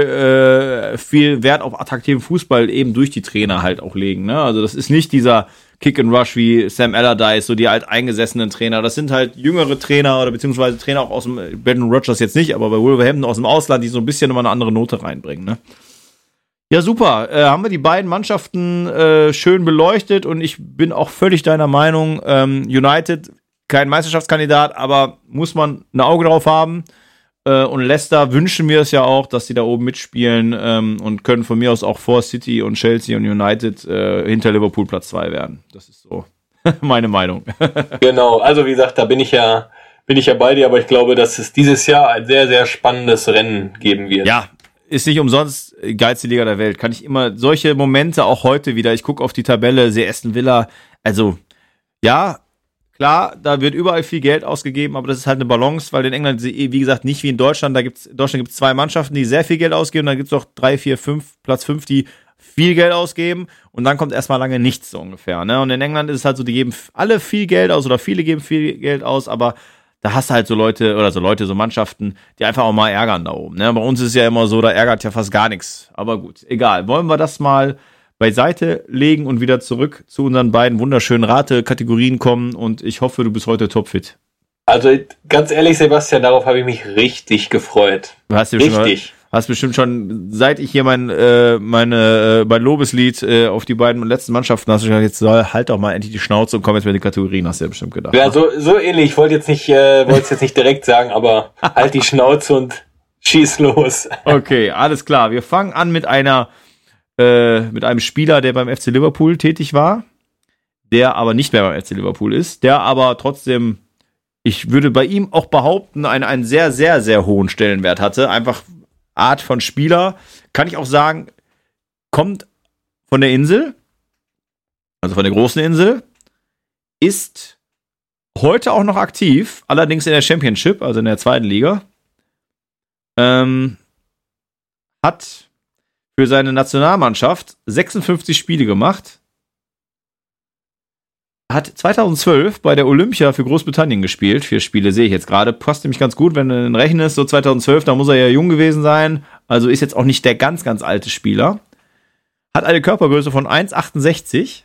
Wert auf attraktiven Fußball eben durch die Trainer halt auch legen. Ne? Also das ist nicht dieser Kick and Rush wie Sam Allardyce, so die halt eingesessenen Trainer. Das sind halt jüngere Trainer oder beziehungsweise Trainer auch aus dem Brendan Rodgers jetzt nicht, aber bei Wolverhampton aus dem Ausland, die so ein bisschen immer eine andere Note reinbringen. Ne? Ja, super. Haben wir die beiden Mannschaften schön beleuchtet und ich bin auch völlig deiner Meinung, United kein Meisterschaftskandidat, aber muss man ein Auge drauf haben. Und Leicester wünschen wir es ja auch, dass sie da oben mitspielen und können von mir aus auch vor City und Chelsea und United hinter Liverpool Platz 2 werden. Das ist so meine Meinung. Genau, also wie gesagt, da bin ich ja bei dir, aber ich glaube, dass es dieses Jahr ein sehr, sehr spannendes Rennen geben wird. Ja, ist nicht umsonst geilste Liga der Welt. Kann ich immer solche Momente auch heute wieder. Ich gucke auf die Tabelle, sehe Aston Villa. Also, ja, klar, da wird überall viel Geld ausgegeben, aber das ist halt eine Balance, weil in England, wie gesagt, nicht wie in Deutschland, in Deutschland gibt es 2 Mannschaften, die sehr viel Geld ausgeben, dann gibt es auch 3, 4, 5, Platz 5, die viel Geld ausgeben und dann kommt erstmal lange nichts so ungefähr. Ne? Und in England ist es halt so, die geben alle viel Geld aus oder viele geben viel Geld aus, aber da hast du halt so so Mannschaften, die einfach auch mal ärgern da oben. Ne? Bei uns ist es ja immer so, da ärgert ja fast gar nichts. Aber gut, egal. Wollen wir das mal beiseite legen und wieder zurück zu unseren beiden wunderschönen Rate-Kategorien kommen und ich hoffe, du bist heute topfit. Also ganz ehrlich, Sebastian, darauf habe ich mich richtig gefreut. Hast bestimmt schon, seit ich hier mein Lobeslied auf die beiden letzten Mannschaften hast du gesagt, jetzt halt doch mal endlich die Schnauze und komm jetzt mit den Kategorien, hast du ja bestimmt gedacht. Ja, so ähnlich. Ich wollte es jetzt nicht direkt sagen, aber halt die Schnauze und schieß los. Okay, alles klar. Wir fangen an mit einem Spieler, der beim FC Liverpool tätig war, der aber nicht mehr beim FC Liverpool ist, der aber trotzdem, ich würde bei ihm auch behaupten, einen sehr, sehr, sehr hohen Stellenwert hatte. Einfach Art von Spieler, kann ich auch sagen, kommt von der Insel, also von der großen Insel, ist heute auch noch aktiv, allerdings in der Championship, also in der 2. Liga, hat für seine Nationalmannschaft 56 Spiele gemacht. hat 2012 bei der Olympia für Großbritannien gespielt. 4 Spiele sehe ich jetzt gerade. Passt nämlich ganz gut, wenn du ihn rechnest. So 2012, da muss er ja jung gewesen sein. Also ist jetzt auch nicht der ganz, ganz alte Spieler. Hat eine Körpergröße von 1,68.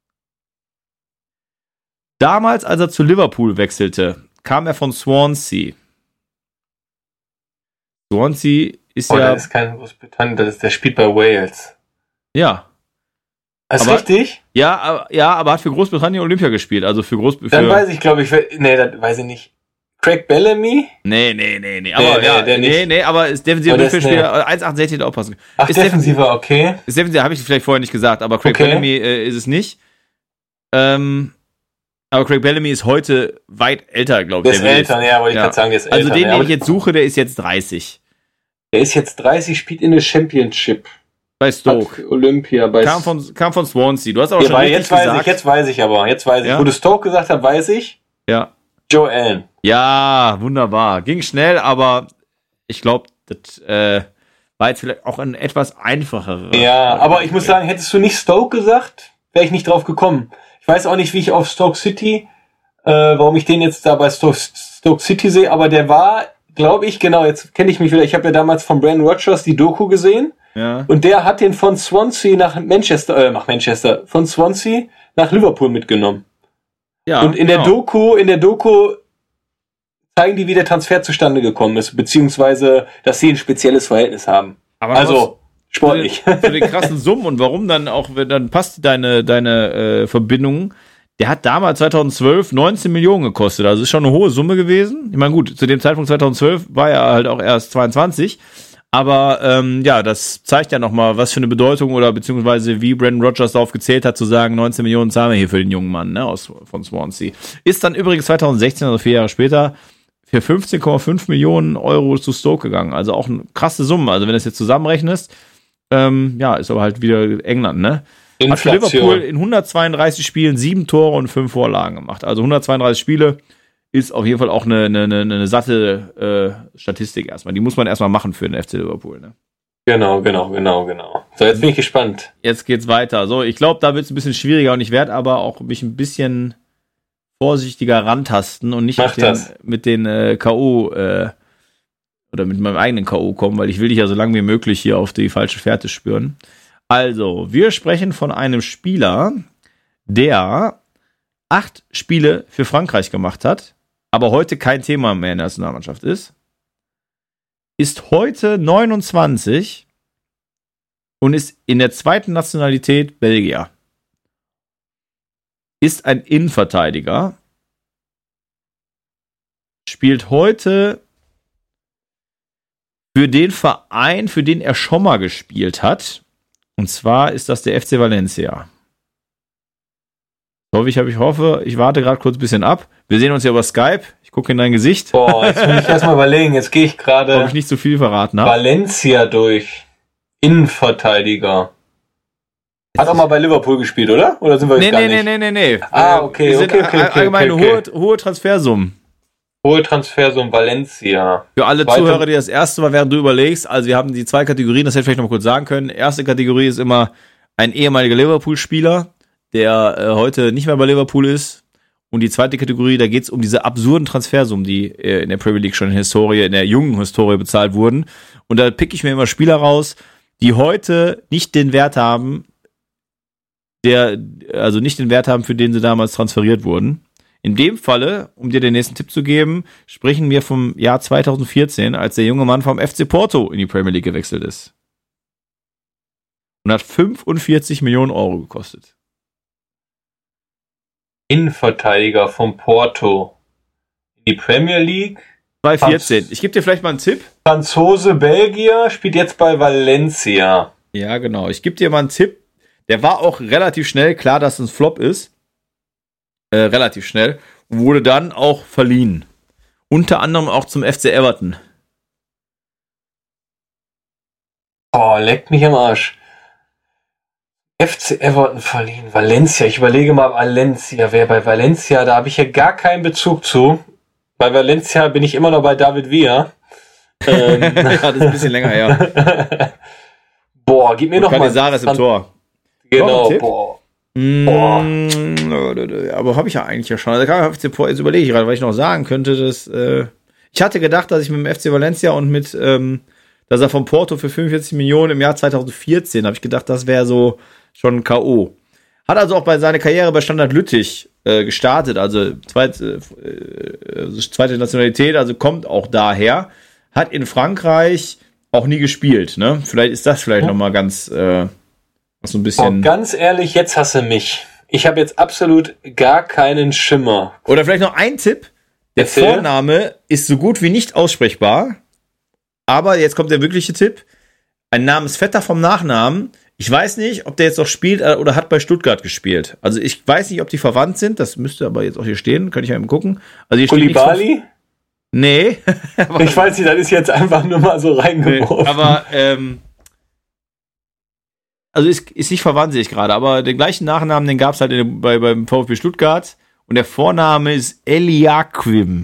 Damals, als er zu Liverpool wechselte, kam er von Swansea. Swansea ist ja... Das ist kein Großbritannien, der spielt bei Wales. Ja. Ist richtig? Ja, aber hat für Großbritannien Olympia gespielt. Also für Dann weiß ich, glaube ich, das weiß ich nicht. Craig Bellamy? Nee. Aber aber ist defensiver Mittelfeldspieler, 1,68 hätte auch passen. Ach, ist defensiver, okay. Ist defensiver, habe ich vielleicht vorher nicht gesagt, aber Craig Bellamy ist es nicht. Aber Craig Bellamy ist heute weit älter, glaube ich. Der ist älter, ja, wollte ich gerade sagen, der ist älter. Also den ich jetzt suche, der ist jetzt 30. Der ist jetzt 30, spielt in der Championship. Bei Stoke. Olympia. Kam von Swansea. Du hast aber schon richtig gesagt. Jetzt weiß ich. Ja? Wo du Stoke gesagt hast, weiß ich. Ja. Joe Allen. Ja, wunderbar. Ging schnell, aber ich glaube, das war jetzt vielleicht auch ein etwas einfacherer. Ja, aber ich muss sagen, hättest du nicht Stoke gesagt, wäre ich nicht drauf gekommen. Ich weiß auch nicht, wie ich auf Stoke City, warum ich den jetzt da bei Stoke City sehe, aber der war, glaube ich, genau, jetzt kenne ich mich wieder, ich habe ja damals von Brendan Rodgers die Doku gesehen. Ja. Und der hat den von Swansea von Swansea nach Liverpool mitgenommen. Ja, und in der Doku zeigen die, wie der Transfer zustande gekommen ist, beziehungsweise, dass sie ein spezielles Verhältnis haben. Aber also, sportlich. Für die krassen Summen und warum dann auch, dann passt deine Verbindung. Der hat damals 2012 19 Millionen gekostet, also ist schon eine hohe Summe gewesen. Ich meine, gut, zu dem Zeitpunkt 2012 war er halt auch erst 22. Aber das zeigt ja nochmal, was für eine Bedeutung oder beziehungsweise wie Brendan Rodgers darauf gezählt hat, zu sagen, 19 Millionen zahlen wir hier für den jungen Mann, ne, von Swansea. Ist dann übrigens 2016, also 4 Jahre später, für 15,5 Millionen Euro zu Stoke gegangen. Also auch eine krasse Summe. Also wenn du es jetzt zusammenrechnest, ist aber halt wieder England, ne? Inflation. Hat für Liverpool in 132 Spielen 7 Tore und 5 Vorlagen gemacht. Also 132 Spiele ist auf jeden Fall auch eine satte Statistik erstmal. Die muss man erstmal machen für den FC Liverpool, ne? Genau. So, jetzt bin ich gespannt. Jetzt geht's weiter. So, ich glaube, da wird es ein bisschen schwieriger und ich werde aber auch mich ein bisschen vorsichtiger rantasten und nicht mit den K.O. Oder mit meinem eigenen K.O. kommen, weil ich will dich ja so lange wie möglich hier auf die falsche Fährte spüren. Also, wir sprechen von einem Spieler, der 8 Spiele für Frankreich gemacht hat, aber heute kein Thema mehr in der Nationalmannschaft ist heute 29 und ist in der zweiten Nationalität Belgier. Ist ein Innenverteidiger, spielt heute für den Verein, für den er schon mal gespielt hat, und zwar ist das der FC Valencia. Ich hoffe, ich warte gerade kurz ein bisschen ab. Wir sehen uns ja über Skype. Ich gucke in dein Gesicht. Boah, jetzt muss ich erstmal überlegen. Jetzt gehe ich gerade. Ob ich nicht zu viel verraten habe. Valencia durch. Innenverteidiger. Hat auch mal bei Liverpool gespielt, oder? Oder sind wir jetzt gar nicht? Nee. Okay. Allgemein hohe Transfersummen. Hohe Transfersummen, Valencia. Für alle Zuhörer, die das erste Mal, während du überlegst, also wir haben die 2 Kategorien, das hätte ich vielleicht noch mal kurz sagen können. Erste Kategorie ist immer ein ehemaliger Liverpool-Spieler, der heute nicht mehr bei Liverpool ist. Und die zweite Kategorie, da geht es um diese absurden Transfersummen, die in der Premier League schon in der jungen Historie bezahlt wurden. Und da pick ich mir immer Spieler raus, die heute nicht den Wert haben, für den sie damals transferiert wurden. In dem Falle, um dir den nächsten Tipp zu geben, sprechen wir vom Jahr 2014, als der junge Mann vom FC Porto in die Premier League gewechselt ist. Und hat 45 Millionen Euro gekostet. Innenverteidiger vom Porto in die Premier League. 2014. Ich gebe dir vielleicht mal einen Tipp. Franzose, Belgier, spielt jetzt bei Valencia. Ja, genau. Ich gebe dir mal einen Tipp. Der war auch relativ schnell klar, dass es ein Flop ist. Relativ schnell. Wurde dann auch verliehen. Unter anderem auch zum FC Everton. Oh, leckt mich am Arsch. FC Everton verliehen. Valencia. Ich überlege mal Valencia. Wer bei Valencia? Da habe ich ja gar keinen Bezug zu. Bei Valencia bin ich immer noch bei David Villa. Ja, das ist ein bisschen länger her. Boah, gib mir noch mal. Canizares im Tor. Genau, boah. Aber habe ich ja eigentlich ja schon. Also jetzt überlege ich gerade, weil ich noch sagen könnte, dass ich hatte gedacht, dass ich mit dem FC Valencia und mit dass er von Porto für 45 Millionen im Jahr 2014, habe ich gedacht, das wäre so schon ein K.O. Hat also auch bei seiner Karriere bei Standard Lüttich gestartet, also zweite Nationalität, also kommt auch daher, hat in Frankreich auch nie gespielt, ne? Vielleicht ist das nochmal ganz so ein bisschen. Ganz ehrlich, jetzt hasse mich. Ich habe jetzt absolut gar keinen Schimmer. Oder vielleicht noch ein Tipp. Der Vorname ist so gut wie nicht aussprechbar, aber jetzt kommt der wirkliche Tipp. Ein Namensvetter vom Nachnamen. Ich weiß nicht, ob der jetzt noch spielt oder hat bei Stuttgart gespielt. Also ich weiß nicht, ob die verwandt sind. Das müsste aber jetzt auch hier stehen. Könnte ich ja eben gucken. Also hier Koulibaly? Nee. Ich weiß nicht, das ist jetzt einfach nur mal so reingeworfen. Aber, also ist nicht verwandt, sehe ich gerade. Aber den gleichen Nachnamen, den gab es halt beim VfB Stuttgart. Und der Vorname ist Eliaquim.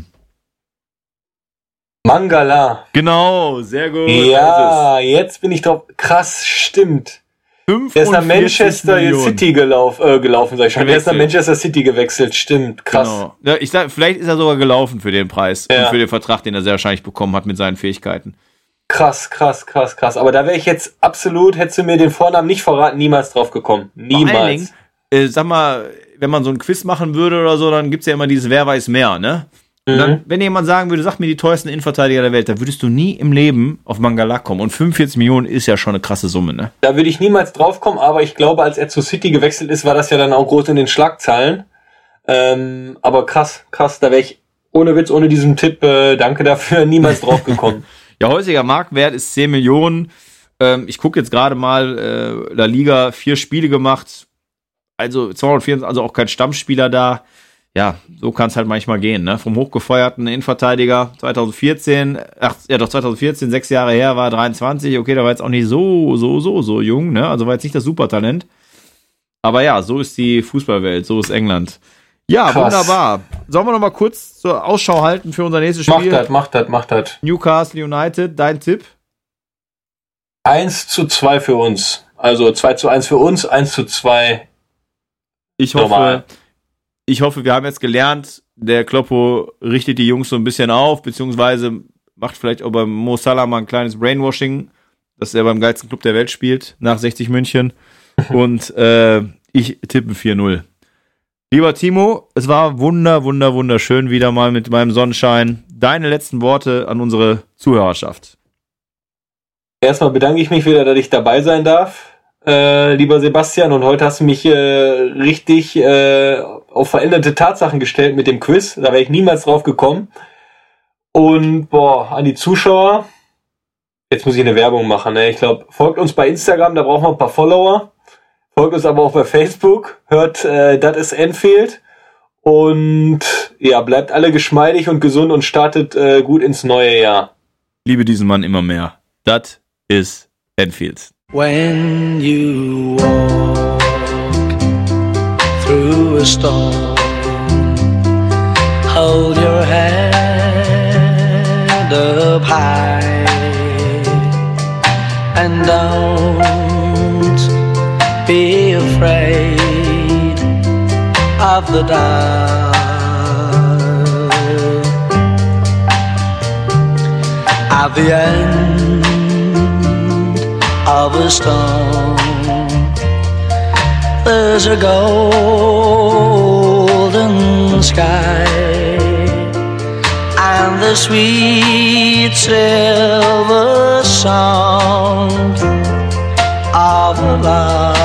Mangala. Genau, sehr gut. Ja, jetzt bin ich drauf. Krass, stimmt. Der ist nach Manchester City gelaufen, sag ich schon. Der ist nach Manchester City gewechselt, stimmt, krass. Genau. Ja, ich sag, vielleicht ist er sogar gelaufen für den Preis und für den Vertrag, den er sehr wahrscheinlich bekommen hat mit seinen Fähigkeiten. Krass. Aber da wäre ich jetzt absolut, hättest du mir den Vornamen nicht verraten, niemals drauf gekommen. Niemals. Vor allen Dingen, sag mal, wenn man so ein Quiz machen würde oder so, dann gibt's ja immer dieses Wer weiß mehr, ne? Und dann, wenn jemand sagen würde, sag mir die teuersten Innenverteidiger der Welt, dann würdest du nie im Leben auf Mangala kommen. Und 45 Millionen ist ja schon eine krasse Summe, ne? Da würde ich niemals drauf kommen, aber ich glaube, als er zu City gewechselt ist, war das ja dann auch groß in den Schlagzeilen. Aber krass, da wäre ich ohne Witz, ohne diesen Tipp, danke dafür, niemals drauf gekommen. Ja, heutiger Marktwert ist 10 Millionen. Ich gucke jetzt gerade mal, La Liga, 4 Spiele gemacht. Also 224, also auch kein Stammspieler da. Ja, so kann es halt manchmal gehen, ne? Vom hochgefeuerten Innenverteidiger 2014, 6 Jahre her, war 23, okay, da war jetzt auch nicht so jung, ne? Also war jetzt nicht das Supertalent. Aber ja, so ist die Fußballwelt, so ist England. Ja, krass. Wunderbar. Sollen wir noch mal kurz zur Ausschau halten für unser nächstes Spiel? Macht das. Newcastle United, dein Tipp? 1:2 für uns. Also 2:1 für uns, 1:2. Ich hoffe, wir haben jetzt gelernt, der Kloppo richtet die Jungs so ein bisschen auf, beziehungsweise macht vielleicht auch beim Mo Salah mal ein kleines Brainwashing, dass er beim geilsten Club der Welt spielt, nach 60 München. Und ich tippe 4-0. Lieber Timo, es war wunderschön wieder mal mit meinem Sonnenschein. Deine letzten Worte an unsere Zuhörerschaft. Erstmal bedanke ich mich wieder, dass ich dabei sein darf. Lieber Sebastian, und heute hast du mich richtig auf veränderte Tatsachen gestellt mit dem Quiz. Da wäre ich niemals drauf gekommen. Und an die Zuschauer, jetzt muss ich eine Werbung machen. Ne? Ich glaube, folgt uns bei Instagram, da brauchen wir ein paar Follower. Folgt uns aber auch bei Facebook. Hört, das ist Enfield. Und ja, bleibt alle geschmeidig und gesund und startet gut ins neue Jahr. Liebe diesen Mann immer mehr. Das ist Enfield. When you walk through a storm, hold your head up high and don't be afraid of the dark. At the end of a storm, there's a golden sky and the sweet silver sound of love.